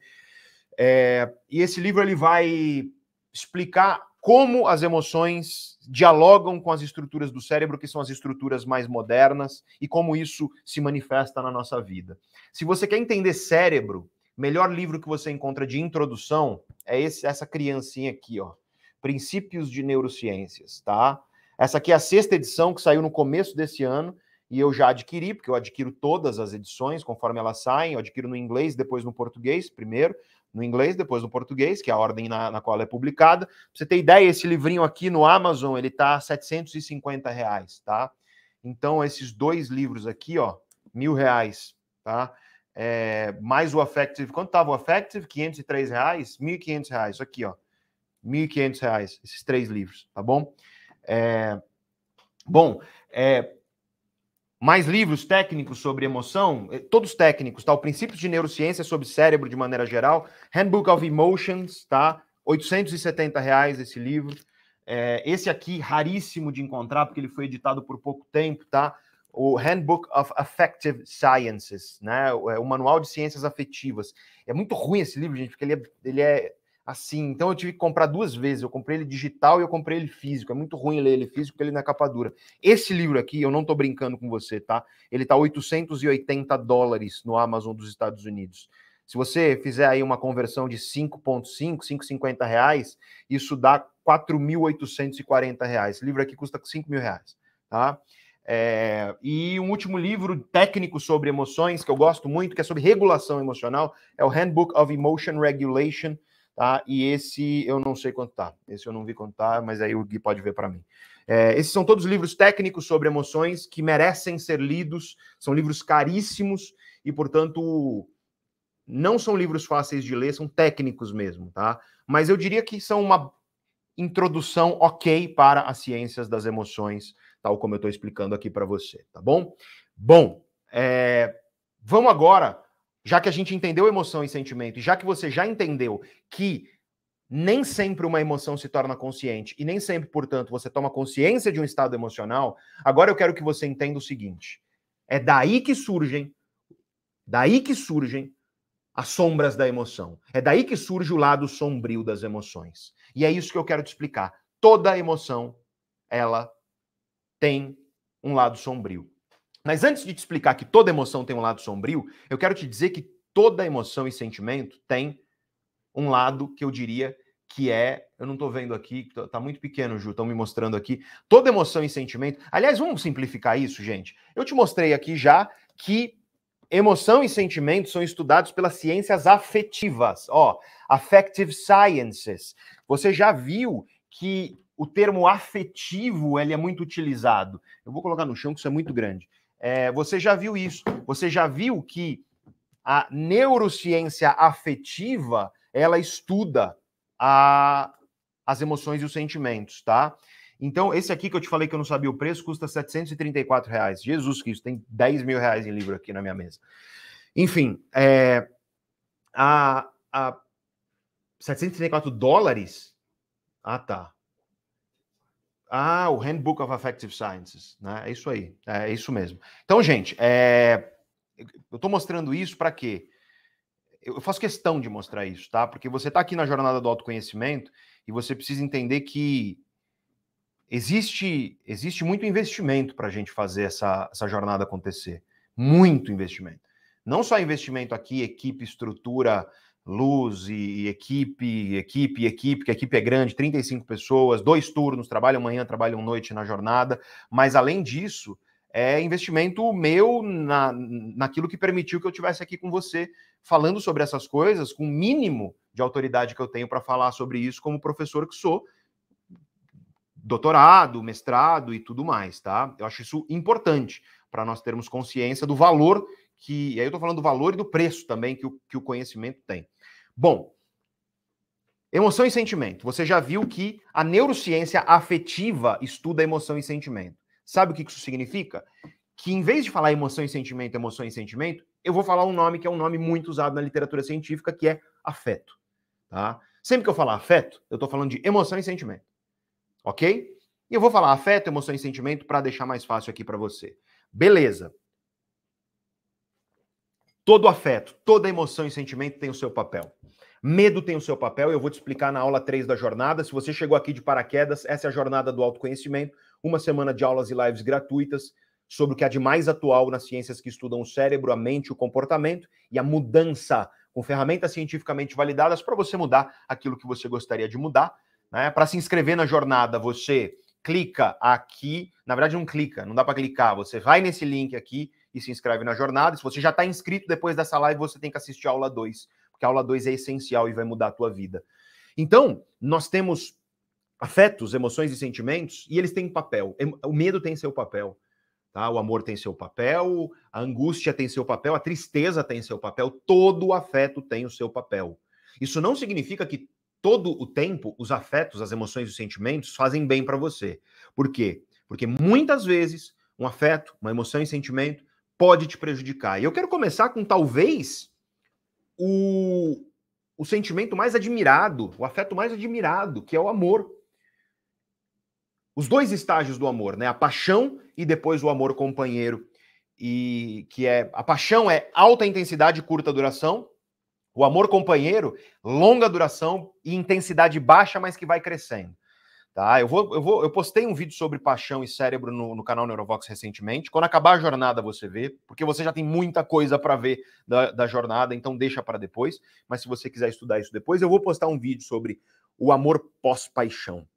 e esse livro ele vai explicar como as emoções dialogam com as estruturas do cérebro, que são as estruturas mais modernas, e como isso se manifesta na nossa vida. Se você quer entender cérebro, melhor livro que você encontra de introdução é essa criancinha aqui, ó, Princípios de Neurociências, tá? Essa aqui é a 6ª edição, que saiu no começo desse ano, e eu já adquiri, porque eu adquiro todas as edições, conforme elas saem, eu adquiro no inglês, depois no português, primeiro, no inglês, depois no português, que é a ordem na qual ela é publicada. Pra você ter ideia, esse livrinho aqui no Amazon, ele tá R$750, tá? Então, esses dois livros aqui, ó, R$1.000, tá? Mais o Affective, quanto tava o Affective? R$503, R$1.500, isso aqui, ó, R$1.500, esses 3 livros, tá bom? Mais livros técnicos sobre emoção, todos técnicos, tá? O Princípios de Neurociência sobre cérebro de maneira geral, Handbook of Emotions, tá? R$870 esse livro. Esse aqui, raríssimo de encontrar, porque ele foi editado por pouco tempo, tá? O Handbook of Affective Sciences, né? O Manual de Ciências Afetivas. É muito ruim esse livro, gente, porque ele é assim, então eu tive que comprar 2 vezes, eu comprei ele digital e eu comprei ele físico, é muito ruim ler ele físico porque ele não é capa dura. Esse livro aqui, eu não tô brincando com você, tá? Ele tá $880 no Amazon dos Estados Unidos. Se você fizer aí uma conversão de 5,5, R$5,50, isso dá R$4.840. Esse livro aqui custa R$5.000, tá? E um último livro técnico sobre emoções, que eu gosto muito, que é sobre regulação emocional, é o Handbook of Emotion Regulation, tá? E esse eu não sei quanto tá. Esse eu não vi quanto tá, mas aí o Gui pode ver para mim. Esses são todos livros técnicos sobre emoções que merecem ser lidos. São livros caríssimos e, portanto, não são livros fáceis de ler, são técnicos mesmo, tá? Mas eu diria que são uma introdução ok para as ciências das emoções, tal como eu estou explicando aqui para você, tá bom? Bom, vamos agora, já que a gente entendeu emoção e sentimento, e já que você já entendeu que nem sempre uma emoção se torna consciente, e nem sempre, portanto, você toma consciência de um estado emocional, agora eu quero que você entenda o seguinte, é daí que surgem as sombras da emoção. É daí que surge o lado sombrio das emoções. E é isso que eu quero te explicar. Toda emoção, ela tem um lado sombrio. Mas antes de te explicar que toda emoção tem um lado sombrio, eu quero te dizer que toda emoção e sentimento tem um lado que eu diria que eu não estou vendo aqui, tá muito pequeno, Ju, estão me mostrando aqui. Toda emoção e sentimento... Aliás, vamos simplificar isso, gente? Eu te mostrei aqui já que emoção e sentimento são estudados pelas ciências afetivas, Affective Sciences. Você já viu que o termo afetivo ele é muito utilizado. Eu vou colocar no chão, que isso é muito grande. Você já viu isso? Você já viu que a neurociência afetiva, ela estuda as emoções e os sentimentos, tá? Então, esse aqui que eu te falei que eu não sabia o preço, custa R$734. Jesus Cristo, tem R$10.000 em livro aqui na minha mesa. Enfim, $734? Ah, tá. Ah, o Handbook of Affective Sciences, né? É isso aí, é isso mesmo. Então, gente, eu estou mostrando isso para quê? Eu faço questão de mostrar isso, tá? Porque você está aqui na jornada do autoconhecimento e você precisa entender que existe muito investimento para a gente fazer essa jornada acontecer. Muito investimento. Não só investimento aqui, equipe, estrutura, luz e equipe, que a equipe é grande, 35 pessoas, 2 turnos, trabalham manhã, trabalham noite na jornada, mas além disso, é investimento meu naquilo que permitiu que eu estivesse aqui com você, falando sobre essas coisas, com o mínimo de autoridade que eu tenho para falar sobre isso como professor que sou, doutorado, mestrado e tudo mais, tá? Eu acho isso importante para nós termos consciência do valor que... E aí eu estou falando do valor e do preço também que o conhecimento tem. Bom, emoção e sentimento. Você já viu que a neurociência afetiva estuda emoção e sentimento. Sabe o que isso significa? Que em vez de falar emoção e sentimento, eu vou falar um nome que é um nome muito usado na literatura científica, que é afeto. Tá? Sempre que eu falar afeto, eu estou falando de emoção e sentimento. Ok? E eu vou falar afeto, emoção e sentimento para deixar mais fácil aqui para você. Beleza. Todo afeto, toda emoção e sentimento tem o seu papel. Medo tem o seu papel, eu vou te explicar na aula 3 da jornada. Se você chegou aqui de paraquedas, essa é a jornada do autoconhecimento, uma semana de aulas e lives gratuitas sobre o que há de mais atual nas ciências que estudam o cérebro, a mente, o comportamento e a mudança, com ferramentas cientificamente validadas para você mudar aquilo que você gostaria de mudar. Né? Para se inscrever na jornada, você clica aqui, na verdade não clica, não dá para clicar, você vai nesse link aqui e se inscreve na jornada. Se você já está inscrito depois dessa live, você tem que assistir a aula 2, porque a aula 2 é essencial e vai mudar a tua vida. Então, nós temos afetos, emoções e sentimentos, e eles têm papel. O medo tem seu papel, tá? O amor tem seu papel, a angústia tem seu papel, a tristeza tem seu papel, todo o afeto tem o seu papel. Isso não significa que todo o tempo os afetos, as emoções e os sentimentos fazem bem para você. Por quê? Porque muitas vezes um afeto, uma emoção e sentimento pode te prejudicar. E eu quero começar com talvez o sentimento mais admirado, o afeto mais admirado, que é o amor. Os dois estágios do amor, né? A paixão e depois o amor companheiro. E que é a paixão é alta intensidade e curta duração. O amor companheiro, longa duração e intensidade baixa, mas que vai crescendo. Tá? Eu postei um vídeo sobre paixão e cérebro no canal Neurovox recentemente. Quando acabar a jornada você vê, porque você já tem muita coisa para ver da jornada, então deixa para depois. Mas se você quiser estudar isso depois, eu vou postar um vídeo sobre o amor pós-paixão.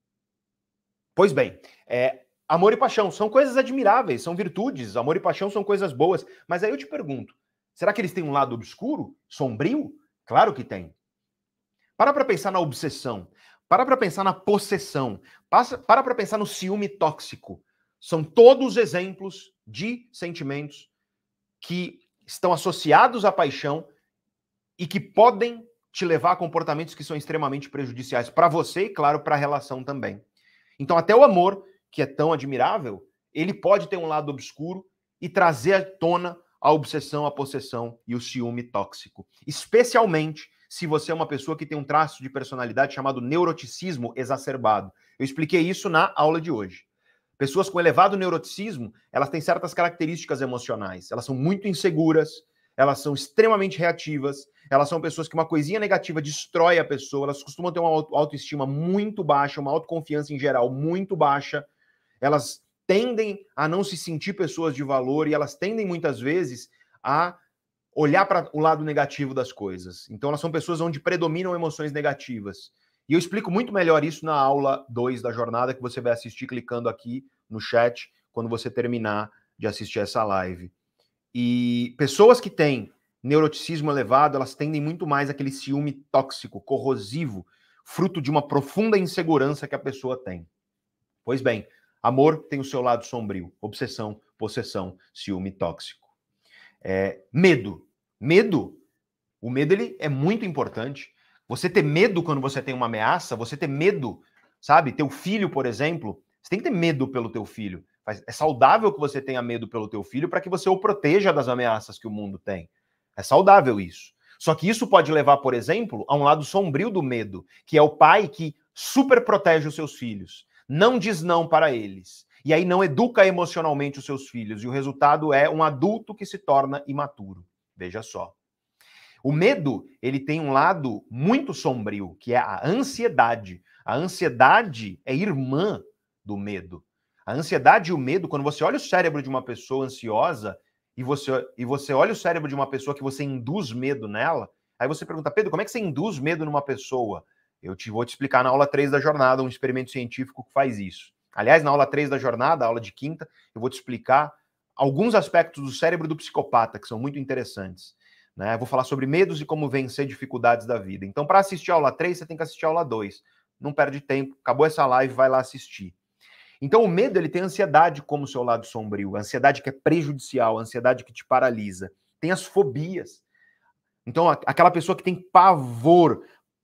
Pois bem, amor e paixão são coisas admiráveis, são virtudes. Amor e paixão são coisas boas. Mas aí eu te pergunto, será que eles têm um lado obscuro, sombrio? Claro que tem. Para pensar na obsessão. Para pensar na possessão. Para pensar no ciúme tóxico. São todos exemplos de sentimentos que estão associados à paixão e que podem te levar a comportamentos que são extremamente prejudiciais para você e, claro, para a relação também. Então, até o amor, que é tão admirável, ele pode ter um lado obscuro e trazer à tona a obsessão, a possessão e o ciúme tóxico. Especialmente se você é uma pessoa que tem um traço de personalidade chamado neuroticismo exacerbado. Eu expliquei isso na aula de hoje. Pessoas com elevado neuroticismo, elas têm certas características emocionais. Elas são muito inseguras, elas são extremamente reativas, elas são pessoas que uma coisinha negativa destrói a pessoa, elas costumam ter uma autoestima muito baixa, uma autoconfiança em geral muito baixa, elas tendem a não se sentir pessoas de valor e elas tendem muitas vezes a olhar para o lado negativo das coisas. Então elas são pessoas onde predominam emoções negativas. E eu explico muito melhor isso na aula 2 da jornada, que você vai assistir clicando aqui no chat quando você terminar de assistir essa live. E pessoas que têm neuroticismo elevado, elas tendem muito mais aquele ciúme tóxico, corrosivo, fruto de uma profunda insegurança que a pessoa tem. Pois bem, amor tem o seu lado sombrio, obsessão, possessão, ciúme tóxico. Medo. Medo, o medo ele é muito importante. Você ter medo quando você tem uma ameaça, você ter medo, sabe? Teu filho, por exemplo, você tem que ter medo pelo teu filho. É saudável que você tenha medo pelo teu filho para que você o proteja das ameaças que o mundo tem. É saudável isso. Só que isso pode levar, por exemplo, a um lado sombrio do medo, que é o pai que super protege os seus filhos. não diz não para eles. E aí não educa emocionalmente os seus filhos. E o resultado é um adulto que se torna imaturo. Veja só. O medo, ele tem um lado muito sombrio, que é a ansiedade. A ansiedade é irmã do medo. A ansiedade e o medo, quando você olha o cérebro de uma pessoa ansiosa e você olha o cérebro de uma pessoa que você induz medo nela, aí você pergunta, Pedro, como é que você induz medo numa pessoa? Vou te explicar na aula 3 da jornada, um experimento científico que faz isso. Aliás, na aula 3 da jornada, aula de quinta, eu vou te explicar alguns aspectos do cérebro do psicopata que são muito interessantes. Né? Vou falar sobre medos e como vencer dificuldades da vida. Então, para assistir a aula 3, você tem que assistir a aula 2. Não perde tempo, acabou essa live, vai lá assistir. Então, o medo, ele tem a ansiedade como seu lado sombrio, a ansiedade que é prejudicial, a ansiedade que te paralisa. Tem as fobias. Então, aquela pessoa que tem pavor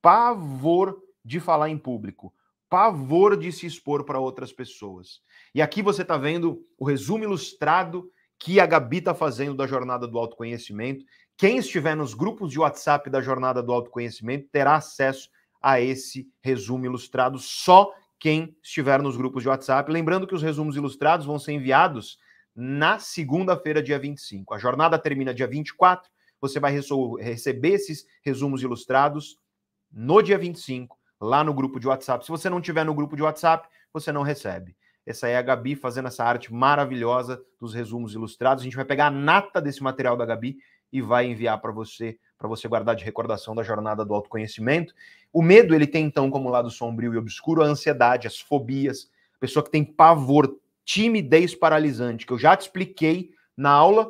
de falar em público, pavor de se expor para outras pessoas. E aqui você está vendo o resumo ilustrado que a Gabi está fazendo da Jornada do Autoconhecimento. Quem estiver nos grupos de WhatsApp da Jornada do Autoconhecimento terá acesso a esse resumo ilustrado, só quem estiver nos grupos de WhatsApp. Lembrando que os resumos ilustrados vão ser enviados na segunda-feira, dia 25. A jornada termina dia 24, você vai receber esses resumos ilustrados no dia 25, lá no grupo de WhatsApp. Se você não tiver no grupo de WhatsApp, você não recebe. Essa é a Gabi fazendo essa arte maravilhosa dos resumos ilustrados. A gente vai pegar a nata desse material da Gabi e vai enviar para você guardar de recordação da Jornada do Autoconhecimento. O medo, ele tem então como lado sombrio e obscuro a ansiedade, as fobias, a pessoa que tem pavor, timidez paralisante, que eu já te expliquei na aula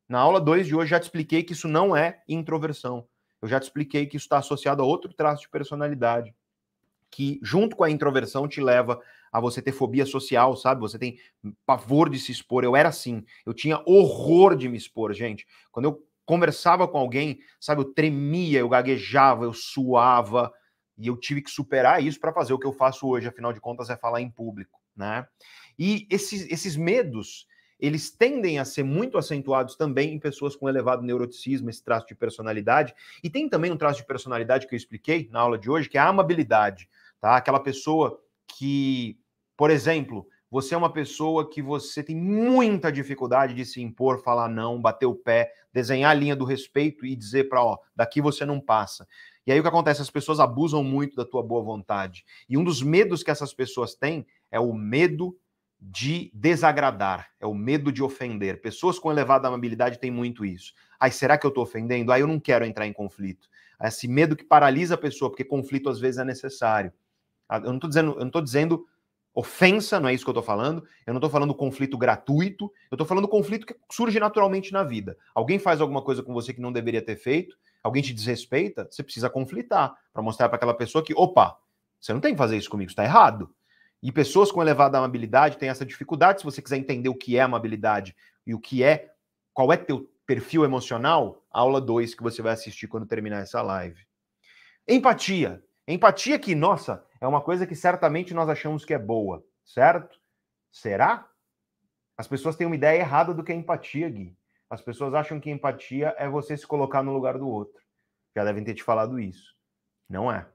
2 de hoje, já te expliquei que isso não é introversão. Eu já te expliquei que isso está associado a outro traço de personalidade, que junto com a introversão te leva a você ter fobia social, sabe? Você tem pavor de se expor. Eu era assim, eu tinha horror de me expor, gente. Quando eu conversava com alguém, sabe, eu tremia, eu gaguejava, eu suava, e eu tive que superar isso para fazer o que eu faço hoje, afinal de contas é falar em público, né? E esses medos, eles tendem a ser muito acentuados também em pessoas com elevado neuroticismo, esse traço de personalidade, e tem também um traço de personalidade que eu expliquei na aula de hoje, que é a amabilidade, tá? Aquela pessoa que, por exemplo, você é uma pessoa que você tem muita dificuldade de se impor, falar não, bater o pé, desenhar a linha do respeito e dizer para, ó, daqui você não passa. E aí o que acontece? As pessoas abusam muito da tua boa vontade. E um dos medos que essas pessoas têm é o medo de desagradar, é o medo de ofender. Pessoas com elevada amabilidade têm muito isso. Ai, será que eu estou ofendendo? Ai, eu não quero entrar em conflito. Esse medo que paralisa a pessoa, porque conflito às vezes é necessário. Eu não estou dizendo ofensa, não é isso que eu estou falando. Eu não estou falando conflito gratuito. Eu estou falando conflito que surge naturalmente na vida. Alguém faz alguma coisa com você que não deveria ter feito, alguém te desrespeita, você precisa conflitar para mostrar para aquela pessoa que, opa, você não tem que fazer isso comigo, está errado. E pessoas com elevada amabilidade têm essa dificuldade. Se você quiser entender o que é amabilidade e qual é teu perfil emocional, aula 2 que você vai assistir quando terminar essa live. Empatia. Empatia que, nossa, é uma coisa que certamente nós achamos que é boa, certo? Será? As pessoas têm uma ideia errada do que é empatia, Gui. As pessoas acham que empatia é você se colocar no lugar do outro. Já devem ter te falado isso. Não é.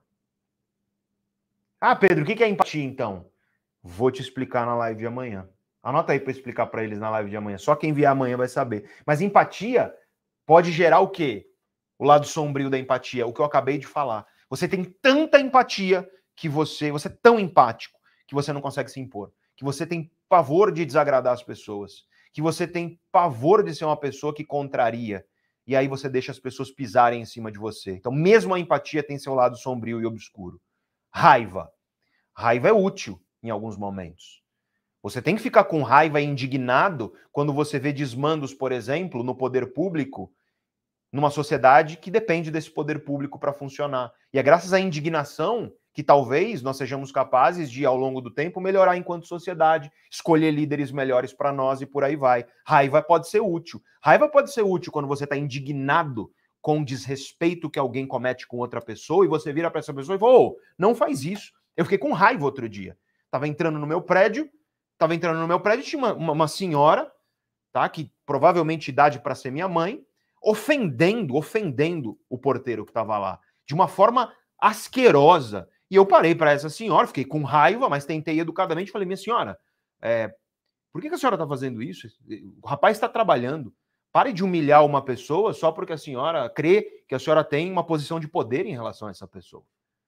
Ah, Pedro, o que é empatia, então? Vou te explicar na live de amanhã. Anota aí para explicar para eles na live de amanhã. Só quem vier amanhã vai saber. Mas empatia pode gerar o quê? O lado sombrio da empatia, o que eu acabei de falar. Você tem tanta empatia que você é tão empático que você não consegue se impor. Que você tem pavor de desagradar as pessoas. Que você tem pavor de ser uma pessoa que contraria. E aí você deixa as pessoas pisarem em cima de você. Então, mesmo a empatia tem seu lado sombrio e obscuro. Raiva. Raiva é útil em alguns momentos. Você tem que ficar com raiva e indignado quando você vê desmandos, por exemplo, no poder público, numa sociedade que depende desse poder público para funcionar. E é graças à indignação que talvez nós sejamos capazes de, ao longo do tempo, melhorar enquanto sociedade, escolher líderes melhores para nós e por aí vai. Raiva pode ser útil. Raiva pode ser útil quando você está indignado com o desrespeito que alguém comete com outra pessoa e você vira para essa pessoa e fala, ô, não faz isso. Eu fiquei com raiva outro dia. Estava entrando no meu prédio, tinha uma senhora, tá, que provavelmente idade para ser minha mãe, ofendendo o porteiro que estava lá, de uma forma asquerosa. E eu parei para essa senhora, fiquei com raiva, mas tentei educadamente, falei, minha senhora, por que a senhora está fazendo isso? O rapaz está trabalhando. Pare de humilhar uma pessoa só porque a senhora crê que a senhora tem uma posição de poder em relação a essa pessoa.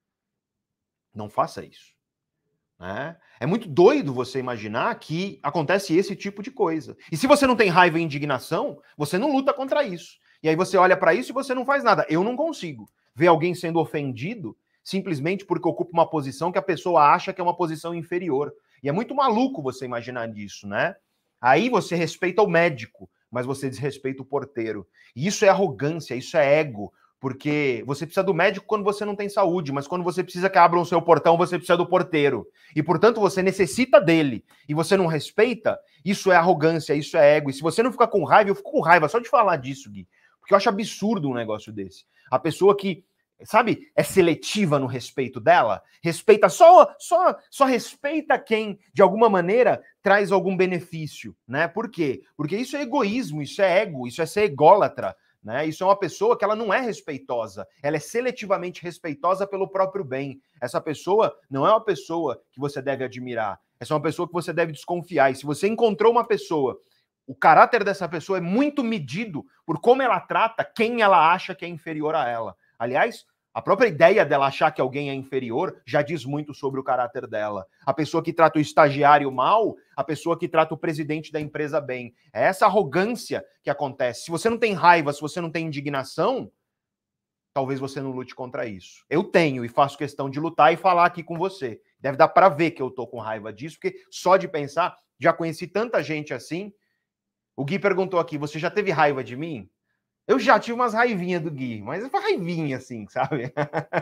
Não faça isso. Né? É muito doido você imaginar que acontece esse tipo de coisa. E se você não tem raiva e indignação, você não luta contra isso. E aí você olha para isso e você não faz nada. Eu não consigo ver alguém sendo ofendido simplesmente porque ocupa uma posição que a pessoa acha que é uma posição inferior. E é muito maluco você imaginar disso, né? Aí você respeita o médico, mas você desrespeita o porteiro. E isso é arrogância, isso é ego, porque você precisa do médico quando você não tem saúde, mas quando você precisa que abram o seu portão, você precisa do porteiro. E, portanto, você necessita dele, e você não respeita, isso é arrogância, isso é ego. E se você não ficar com raiva, eu fico com raiva só de falar disso, Gui, porque eu acho absurdo um negócio desse. A pessoa que, sabe, é seletiva no respeito dela, respeita só respeita quem, de alguma maneira, traz algum benefício, né? Por quê? Porque isso é egoísmo, isso é ego, isso é ser ególatra, né? Isso é uma pessoa que ela não é respeitosa, ela é seletivamente respeitosa pelo próprio bem. Essa pessoa não é uma pessoa que você deve admirar, essa é uma pessoa que você deve desconfiar. E se você encontrou uma pessoa, o caráter dessa pessoa é muito medido por como ela trata quem ela acha que é inferior a ela. Aliás, a própria ideia dela achar que alguém é inferior já diz muito sobre o caráter dela. A pessoa que trata o estagiário mal, a pessoa que trata o presidente da empresa bem. É essa arrogância que acontece. Se você não tem raiva, se você não tem indignação, talvez você não lute contra isso. Eu tenho e faço questão de lutar e falar aqui com você. Deve dar para ver que eu tô com raiva disso, porque só de pensar, já conheci tanta gente assim. O Gui perguntou aqui, você já teve raiva de mim? Eu já tive umas raivinhas do Gui, mas foi raivinha assim, sabe?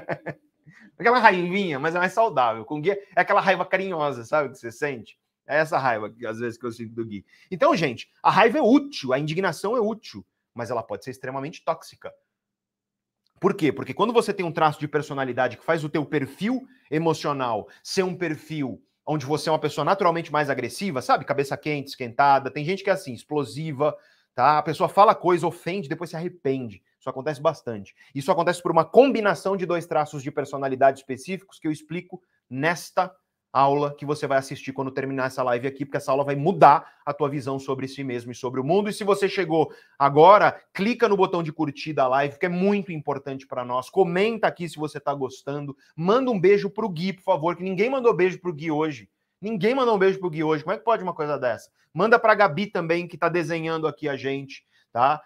Aquela raivinha, mas é mais saudável. Com o Gui é aquela raiva carinhosa, sabe? Que você sente. É essa raiva, às vezes, que eu sinto do Gui. Então, gente, a raiva é útil, a indignação é útil, mas ela pode ser extremamente tóxica. Por quê? Porque quando você tem um traço de personalidade que faz o teu perfil emocional ser um perfil onde você é uma pessoa naturalmente mais agressiva, sabe? Cabeça quente, esquentada. Tem gente que é assim, explosiva, tá? A pessoa fala coisa, ofende, depois se arrepende. Isso acontece bastante. Isso acontece por uma combinação de dois traços de personalidade específicos que eu explico nesta aula que você vai assistir quando terminar essa live aqui, porque essa aula vai mudar a tua visão sobre si mesmo e sobre o mundo. E se você chegou agora, clica no botão de curtir da live, que é muito importante para nós. Comenta aqui se você está gostando. Manda um beijo pro Gui, por favor, que ninguém mandou beijo pro Gui hoje. Ninguém mandou um beijo pro Gui hoje. Como é que pode uma coisa dessa? Manda pra Gabi também, que tá desenhando aqui a gente, tá?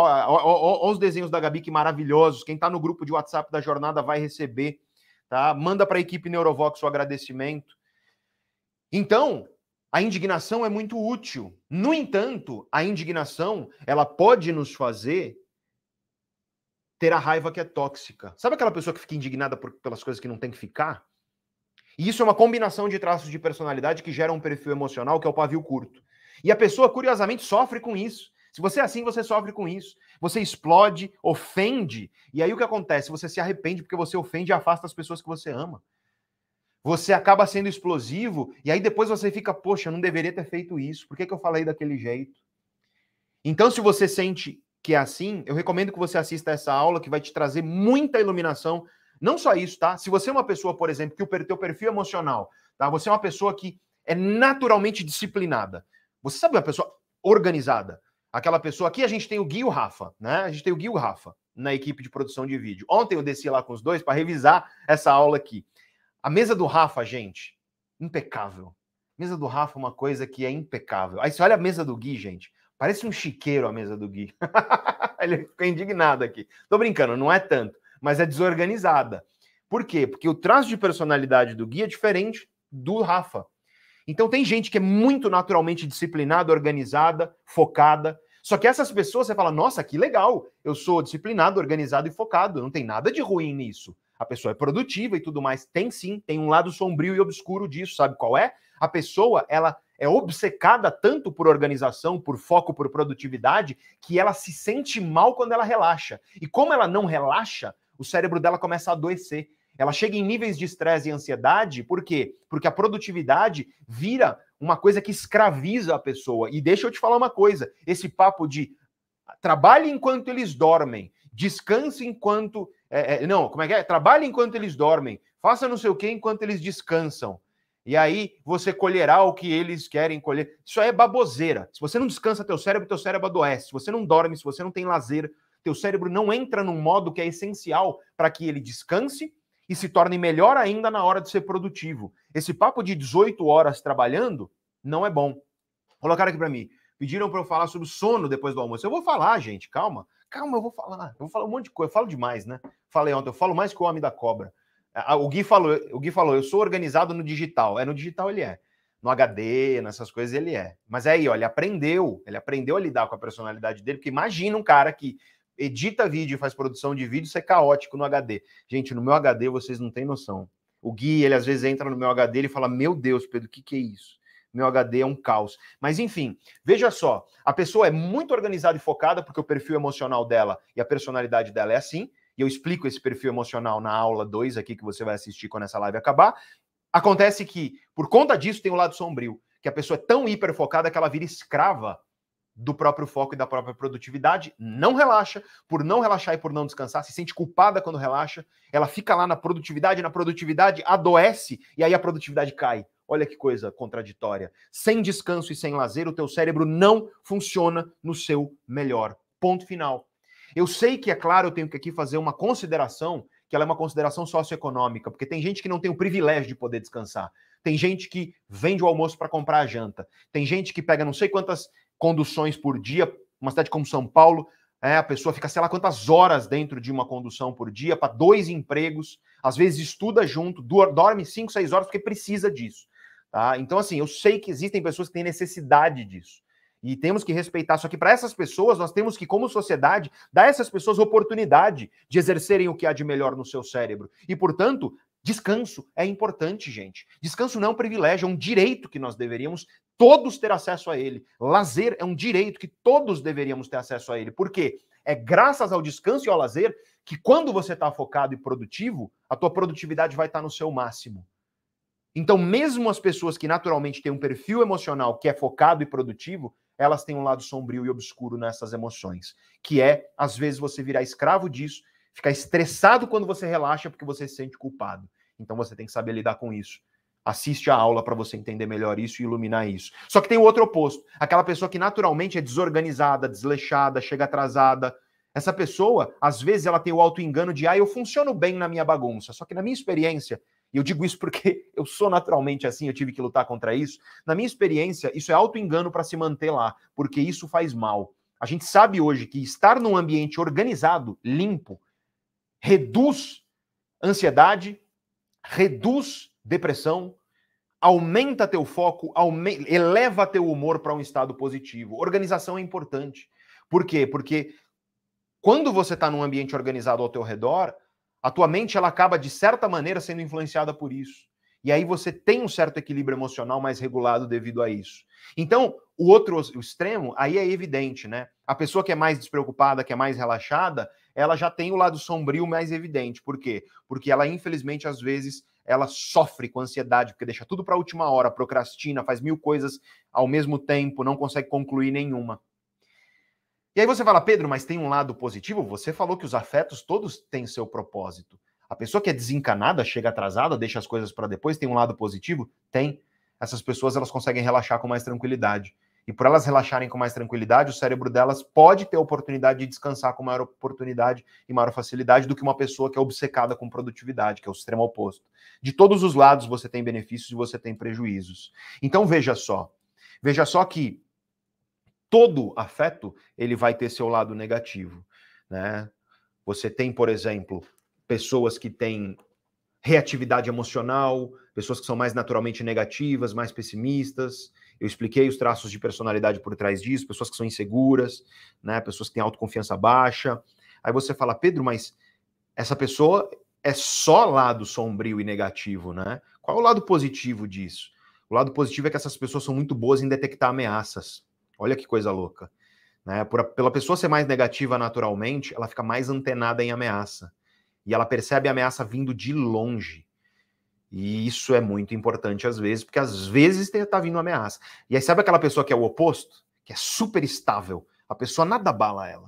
Ó os desenhos da Gabi, que maravilhosos. Quem tá no grupo de WhatsApp da jornada vai receber, tá? Manda pra equipe Neurovox o agradecimento. Então, a indignação é muito útil. No entanto, a indignação, ela pode nos fazer ter a raiva que é tóxica. Sabe aquela pessoa que fica indignada pelas coisas que não tem que ficar? E isso é uma combinação de traços de personalidade que gera um perfil emocional que é o pavio curto. E a pessoa, curiosamente, sofre com isso. Se você é assim, você sofre com isso. Você explode, ofende, e aí o que acontece? Você se arrepende porque você ofende e afasta as pessoas que você ama. Você acaba sendo explosivo, e aí depois você fica, poxa, eu não deveria ter feito isso, por que eu falei daquele jeito? Então, se você sente que é assim, eu recomendo que você assista essa aula, que vai te trazer muita iluminação. Não só isso, tá? Se você é uma pessoa, por exemplo, que o teu perfil emocional, tá? Você é uma pessoa que é naturalmente disciplinada. Você sabe uma pessoa organizada. Aquela pessoa, aqui a gente tem o Gui e o Rafa, né? A gente tem o Gui e o Rafa na equipe de produção de vídeo. Ontem eu desci lá com os dois para revisar essa aula aqui. A mesa do Rafa, gente, impecável. A mesa do Rafa é uma coisa que é impecável. Aí você olha a mesa do Gui, gente, parece um chiqueiro a mesa do Gui. Ele ficou indignado aqui. Tô brincando, não é tanto, mas é desorganizada. Por quê? Porque o traço de personalidade do Gui é diferente do Rafa. Então tem gente que é muito naturalmente disciplinada, organizada, focada. Só que essas pessoas, você fala, nossa, que legal, eu sou disciplinado, organizado e focado. Não tem nada de ruim nisso. A pessoa é produtiva e tudo mais. Tem sim, tem um lado sombrio e obscuro disso. Sabe qual é? A pessoa, ela é obcecada tanto por organização, por foco, por produtividade, que ela se sente mal quando ela relaxa. E como ela não relaxa, o cérebro dela começa a adoecer. Ela chega em níveis de estresse e ansiedade, por quê? Porque a produtividade vira uma coisa que escraviza a pessoa. E deixa eu te falar uma coisa, esse papo de trabalhe enquanto eles dormem descanse enquanto... não, como é que é? Trabalhe enquanto eles dormem, faça não sei o que enquanto eles descansam. E aí você colherá o que eles querem colher. Isso aí é baboseira. Se você não descansa teu cérebro adoece. Se você não dorme, se você não tem lazer, teu cérebro não entra num modo que é essencial para que ele descanse e se torne melhor ainda na hora de ser produtivo. Esse papo de 18 horas trabalhando não é bom. Colocaram aqui para mim. Pediram para eu falar sobre sono depois do almoço. Eu vou falar, gente. Calma. Calma, eu vou falar. Eu vou falar um monte de coisa. Eu falo demais, né? Falei ontem, eu falo mais que o homem da cobra. O Gui falou, eu sou organizado no digital. No digital ele é. No HD, nessas coisas ele é. Mas aí, ó, ele aprendeu a lidar com a personalidade dele, porque imagina um cara que edita vídeo e faz produção de vídeo ser caótico no HD. Gente, no meu HD vocês não têm noção. O Gui, ele às vezes entra no meu HD e fala, meu Deus, Pedro, o que é isso? Meu HD é um caos. Mas enfim, veja só, a pessoa é muito organizada e focada porque o perfil emocional dela e a personalidade dela é assim, e eu explico esse perfil emocional na aula 2 aqui que você vai assistir quando essa live acabar. Acontece que, por conta disso, tem o lado sombrio, que a pessoa é tão hiperfocada que ela vira escrava do próprio foco e da própria produtividade, não relaxa, por não relaxar e por não descansar, se sente culpada quando relaxa, ela fica lá na produtividade adoece, e aí a produtividade cai. Olha que coisa contraditória. Sem descanso e sem lazer, o teu cérebro não funciona no seu melhor. Ponto final. Eu sei que, é claro, eu tenho que aqui fazer uma consideração, que ela é uma consideração socioeconômica, porque tem gente que não tem o privilégio de poder descansar. Tem gente que vende o almoço para comprar a janta. Tem gente que pega não sei quantas conduções por dia, uma cidade como São Paulo, a pessoa fica sei lá quantas horas dentro de uma condução por dia, para 2 empregos, às vezes estuda junto, dorme 5, 6 horas porque precisa disso. Tá? Então, assim, eu sei que existem pessoas que têm necessidade disso. E temos que respeitar. Só que para essas pessoas, nós temos que, como sociedade, dar a essas pessoas oportunidade de exercerem o que há de melhor no seu cérebro. E, portanto, descanso é importante, gente. Descanso não é um privilégio, é um direito que nós deveríamos todos ter acesso a ele. Lazer é um direito que todos deveríamos ter acesso a ele. Por quê? É graças ao descanso e ao lazer que quando você está focado e produtivo, a tua produtividade vai estar no seu máximo. Então, mesmo as pessoas que naturalmente têm um perfil emocional que é focado e produtivo, elas têm um lado sombrio e obscuro nessas emoções, que é, às vezes, você virar escravo disso, ficar estressado quando você relaxa porque você se sente culpado. Então, você tem que saber lidar com isso. Assiste a aula para você entender melhor isso e iluminar isso. Só que tem o outro oposto. Aquela pessoa que naturalmente é desorganizada, desleixada, chega atrasada. Essa pessoa, às vezes, ela tem o auto-engano de eu funciono bem na minha bagunça. Só que na minha experiência, e eu digo isso porque eu sou naturalmente assim, eu tive que lutar contra isso. Na minha experiência, isso é auto-engano para se manter lá, porque isso faz mal. A gente sabe hoje que estar num ambiente organizado, limpo, reduz ansiedade, reduz depressão, aumenta teu foco, eleva teu humor para um estado positivo. Organização é importante. Por quê? Porque quando você está num ambiente organizado ao teu redor, a tua mente ela acaba, de certa maneira, sendo influenciada por isso. E aí você tem um certo equilíbrio emocional mais regulado devido a isso. Então, o outro extremo, aí é evidente, né? A pessoa que é mais despreocupada, que é mais relaxada, ela já tem o lado sombrio mais evidente. Por quê? Porque ela, infelizmente, às vezes, ela sofre com ansiedade, porque deixa tudo para a última hora, procrastina, faz 1000 coisas ao mesmo tempo, não consegue concluir nenhuma. E aí você fala, Pedro, mas tem um lado positivo? Você falou que os afetos todos têm seu propósito. A pessoa que é desencanada, chega atrasada, deixa as coisas para depois, tem um lado positivo? Tem. Essas pessoas elas conseguem relaxar com mais tranquilidade. E por elas relaxarem com mais tranquilidade, o cérebro delas pode ter a oportunidade de descansar com maior oportunidade e maior facilidade do que uma pessoa que é obcecada com produtividade, que é o extremo oposto. De todos os lados você tem benefícios e você tem prejuízos. Então veja só que todo afeto, ele vai ter seu lado negativo, né? Você tem, por exemplo, pessoas que têm reatividade emocional, pessoas que são mais naturalmente negativas, mais pessimistas. Eu expliquei os traços de personalidade por trás disso, pessoas que são inseguras, né? Pessoas que têm autoconfiança baixa. Aí você fala, Pedro, mas essa pessoa é só lado sombrio e negativo, né? Qual é o lado positivo disso? O lado positivo é que essas pessoas são muito boas em detectar ameaças. Olha que coisa louca. Né? Pela pessoa ser mais negativa naturalmente, ela fica mais antenada em ameaça. E ela percebe a ameaça vindo de longe. E isso é muito importante às vezes, porque às vezes está vindo ameaça. E aí sabe aquela pessoa que é o oposto? Que é super estável. A pessoa nada abala ela.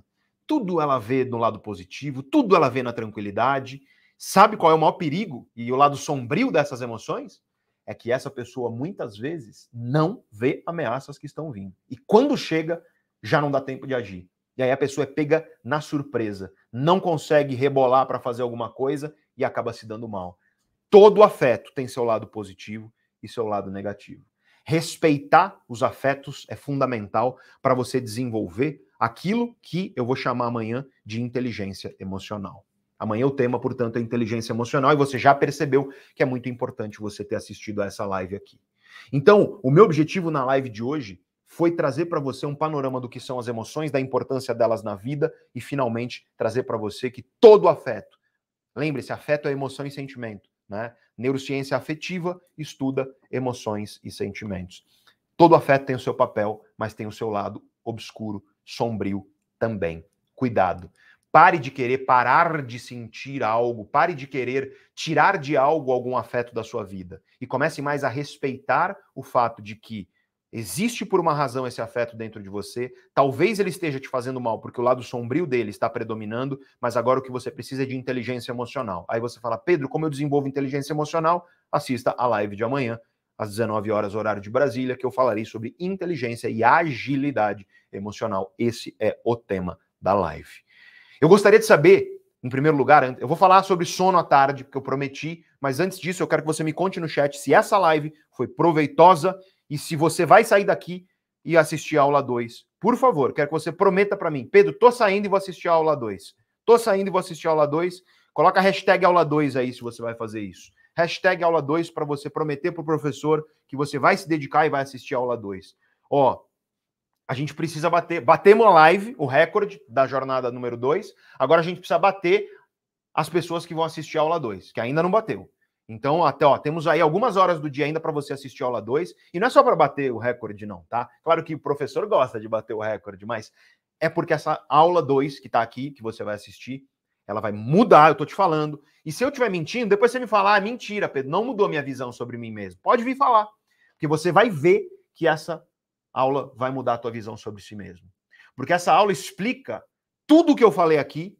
tudo ela vê no lado positivo, tudo ela vê na tranquilidade. Sabe qual é o maior perigo e o lado sombrio dessas emoções? É que essa pessoa, muitas vezes, não vê ameaças que estão vindo. E quando chega, já não dá tempo de agir. E aí a pessoa é pega na surpresa, não consegue rebolar para fazer alguma coisa e acaba se dando mal. Todo afeto tem seu lado positivo e seu lado negativo. Respeitar os afetos é fundamental para você desenvolver aquilo que eu vou chamar amanhã de inteligência emocional. Amanhã o tema, portanto, é inteligência emocional e você já percebeu que é muito importante você ter assistido a essa live aqui. Então, o meu objetivo na live de hoje foi trazer para você um panorama do que são as emoções, da importância delas na vida e, finalmente, trazer para você que todo afeto, lembre-se, afeto é emoção e sentimento, né? Neurociência afetiva estuda emoções e sentimentos. Todo afeto tem o seu papel, mas tem o seu lado obscuro, sombrio também. Cuidado. Pare de querer parar de sentir algo, pare de querer tirar de algo algum afeto da sua vida e comece mais a respeitar o fato de que existe por uma razão esse afeto dentro de você. Talvez ele esteja te fazendo mal porque o lado sombrio dele está predominando, mas agora o que você precisa é de inteligência emocional. Aí você fala, Pedro, como eu desenvolvo inteligência emocional? Assista a live de amanhã, às 19 horas, horário de Brasília, que eu falarei sobre inteligência e agilidade emocional. Esse é o tema da live. Eu gostaria de saber, em primeiro lugar, eu vou falar sobre sono à tarde, porque eu prometi, mas antes disso eu quero que você me conte no chat se essa live foi proveitosa e se você vai sair daqui e assistir a aula 2. Por favor, quero que você prometa para mim, Pedro, tô saindo e vou assistir a aula 2. Tô saindo e vou assistir a aula 2. Coloca a hashtag aula 2 aí se você vai fazer isso. Hashtag aula 2 para você prometer para o professor que você vai se dedicar e vai assistir a aula 2. Ó, a gente precisa bater. Batemos a live, o recorde da jornada número 2. Agora a gente precisa bater as pessoas que vão assistir a aula 2, que ainda não bateu. Então, até, ó, temos aí algumas horas do dia ainda para você assistir a aula 2. E não é só para bater o recorde, não, tá? Claro que o professor gosta de bater o recorde, mas é porque essa aula 2 que está aqui, que você vai assistir, ela vai mudar, eu tô te falando. E se eu estiver mentindo, depois você me falar, mentira, Pedro, não mudou minha visão sobre mim mesmo. Pode vir falar, porque você vai ver que essa aula vai mudar a tua visão sobre si mesmo. Porque essa aula explica tudo o que eu falei aqui,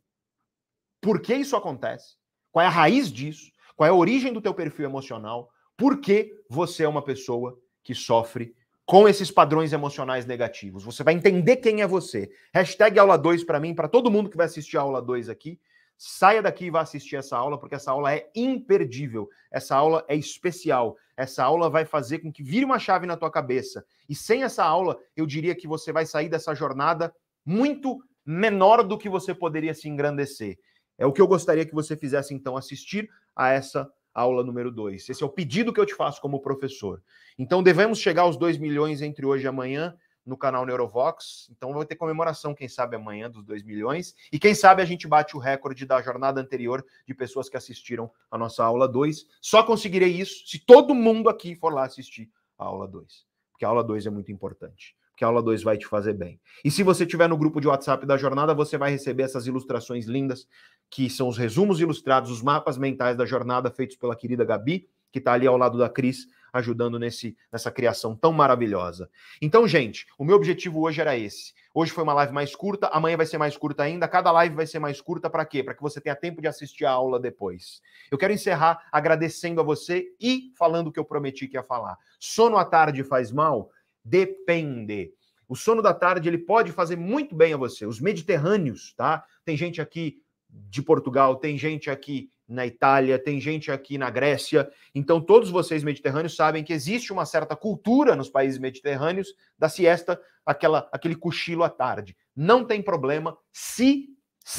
por que isso acontece, qual é a raiz disso, qual é a origem do teu perfil emocional, por que você é uma pessoa que sofre com esses padrões emocionais negativos. Você vai entender quem é você. Hashtag aula 2 para mim, para todo mundo que vai assistir a aula 2 aqui. Saia daqui e vá assistir essa aula, porque essa aula é imperdível. Essa aula é especial. Essa aula vai fazer com que vire uma chave na tua cabeça. E sem essa aula, eu diria que você vai sair dessa jornada muito menor do que você poderia se engrandecer. É o que eu gostaria que você fizesse, então, assistir a essa aula número 2. Esse é o pedido que eu te faço como professor. Então, devemos chegar aos 2 milhões entre hoje e amanhã no canal Neurovox. Então, vai ter comemoração, quem sabe, amanhã dos 2 milhões. E quem sabe a gente bate o recorde da jornada anterior de pessoas que assistiram a nossa aula 2. Só conseguirei isso se todo mundo aqui for lá assistir a aula 2. Porque a aula 2 é muito importante. Porque a aula 2 vai te fazer bem. E se você estiver no grupo de WhatsApp da jornada, você vai receber essas ilustrações lindas, que são os resumos ilustrados, os mapas mentais da jornada feitos pela querida Gabi, que está ali ao lado da Cris, ajudando nessa criação tão maravilhosa. Então, gente, o meu objetivo hoje era esse. Hoje foi uma live mais curta, amanhã vai ser mais curta ainda, cada live vai ser mais curta para quê? Para que você tenha tempo de assistir a aula depois. Eu quero encerrar agradecendo a você e falando o que eu prometi que ia falar. Sono à tarde faz mal? Depende. O sono da tarde, ele pode fazer muito bem a você. Os mediterrâneos, tá? Tem gente aqui de Portugal, tem gente aqui na Itália, tem gente aqui na Grécia. Então, todos vocês mediterrâneos sabem que existe uma certa cultura nos países mediterrâneos da siesta, aquele cochilo à tarde. Não tem problema se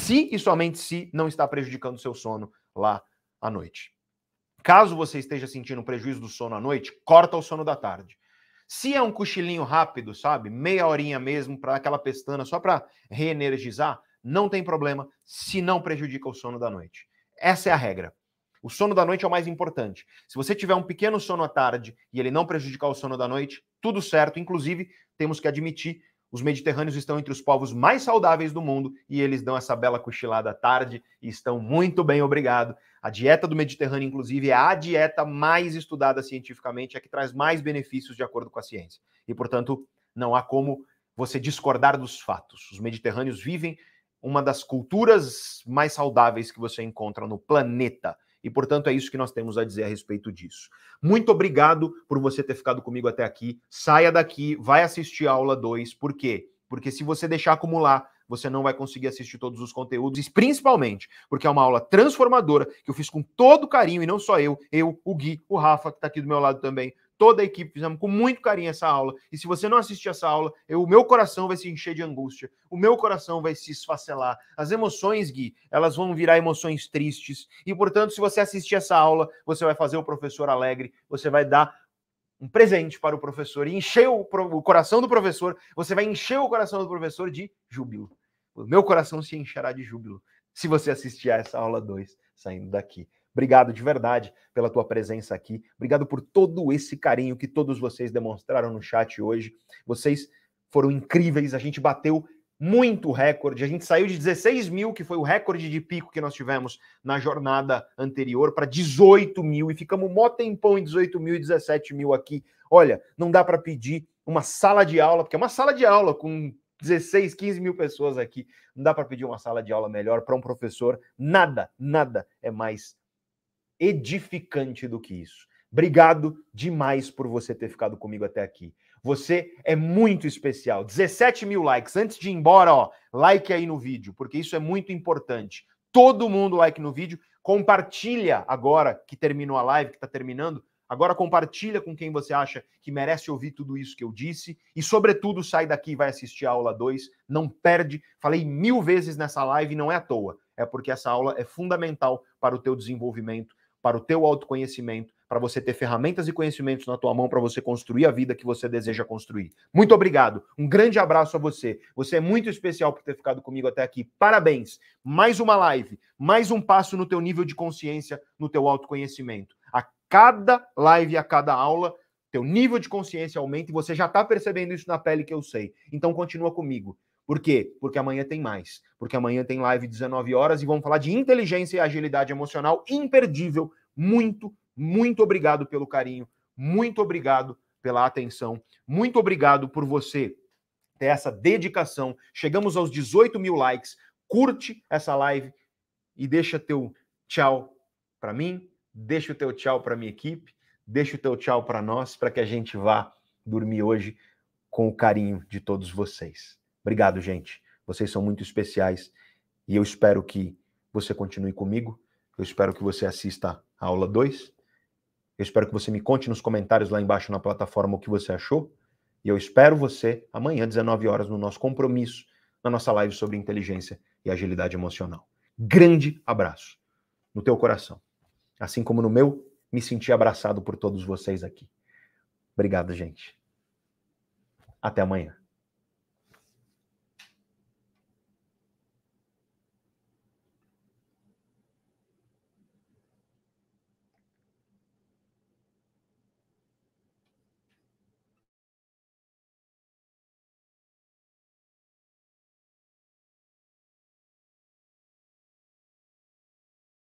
e somente se não está prejudicando o seu sono lá à noite. Caso você esteja sentindo prejuízo do sono à noite, corta o sono da tarde. Se é um cochilinho rápido, sabe? Meia horinha mesmo, para aquela pestana, só para reenergizar, não tem problema se não prejudica o sono da noite. Essa é a regra. O sono da noite é o mais importante. Se você tiver um pequeno sono à tarde e ele não prejudicar o sono da noite, tudo certo. Inclusive, temos que admitir, os mediterrâneos estão entre os povos mais saudáveis do mundo e eles dão essa bela cochilada à tarde e estão muito bem, obrigado. A dieta do Mediterrâneo, inclusive, é a dieta mais estudada cientificamente, é que traz mais benefícios de acordo com a ciência. E, portanto, não há como você discordar dos fatos. Os mediterrâneos vivem uma das culturas mais saudáveis que você encontra no planeta. E, portanto, é isso que nós temos a dizer a respeito disso. Muito obrigado por você ter ficado comigo até aqui. Saia daqui, vai assistir a aula 2. Por quê? Porque se você deixar acumular, você não vai conseguir assistir todos os conteúdos, e principalmente porque é uma aula transformadora, que eu fiz com todo carinho, e não só eu, o Gui, o Rafa, que está aqui do meu lado também, toda a equipe, fizemos com muito carinho essa aula. E se você não assistir essa aula, o meu coração vai se encher de angústia, o meu coração vai se esfacelar. As emoções, Gui, elas vão virar emoções tristes. E, portanto, se você assistir essa aula, você vai fazer o professor alegre, você vai dar um presente para o professor e encher o coração do professor, você vai encher o coração do professor de júbilo. O meu coração se encherá de júbilo se você assistir a essa aula 2 saindo daqui. Obrigado de verdade pela tua presença aqui. Obrigado por todo esse carinho que todos vocês demonstraram no chat hoje. Vocês foram incríveis. A gente bateu muito recorde. A gente saiu de 16 mil, que foi o recorde de pico que nós tivemos na jornada anterior, para 18 mil. E ficamos mó tempão em 18 mil e 17 mil aqui. Olha, não dá para pedir uma sala de aula, porque é uma sala de aula com 16, 15 mil pessoas aqui. Não dá para pedir uma sala de aula melhor para um professor. Nada é mais edificante do que isso. Obrigado demais por você ter ficado comigo até aqui. Você é muito especial. 17 mil likes. Antes de ir embora, ó, like aí no vídeo, porque isso é muito importante. Todo mundo like no vídeo. Compartilha agora que terminou a live, que está terminando. Agora compartilha com quem você acha que merece ouvir tudo isso que eu disse. E, sobretudo, sai daqui e vai assistir a aula 2. Não perde. Falei 1000 vezes nessa live e não é à toa. É porque essa aula é fundamental para o teu desenvolvimento, para o teu autoconhecimento, para você ter ferramentas e conhecimentos na tua mão para você construir a vida que você deseja construir. Muito obrigado. Um grande abraço a você. Você é muito especial por ter ficado comigo até aqui. Parabéns. Mais uma live, mais um passo no teu nível de consciência, no teu autoconhecimento. A cada live, a cada aula, teu nível de consciência aumenta e você já está percebendo isso na pele, que eu sei. Então continua comigo. Por quê? Porque amanhã tem mais. Porque amanhã tem live 19 horas e vamos falar de inteligência e agilidade emocional imperdível. Muito obrigado pelo carinho. Muito obrigado pela atenção. Muito obrigado por você ter essa dedicação. Chegamos aos 18 mil likes. Curte essa live e deixa teu tchau para mim. Deixa o teu tchau para minha equipe. Deixa o teu tchau para nós, para que a gente vá dormir hoje com o carinho de todos vocês. Obrigado, gente. Vocês são muito especiais e eu espero que você continue comigo. Eu espero que você assista a aula 2. Eu espero que você me conte nos comentários lá embaixo na plataforma o que você achou. E eu espero você amanhã, 19 horas, no nosso compromisso, na nossa live sobre inteligência e agilidade emocional. Grande abraço no teu coração. Assim como no meu, me senti abraçado por todos vocês aqui. Obrigado, gente. Até amanhã.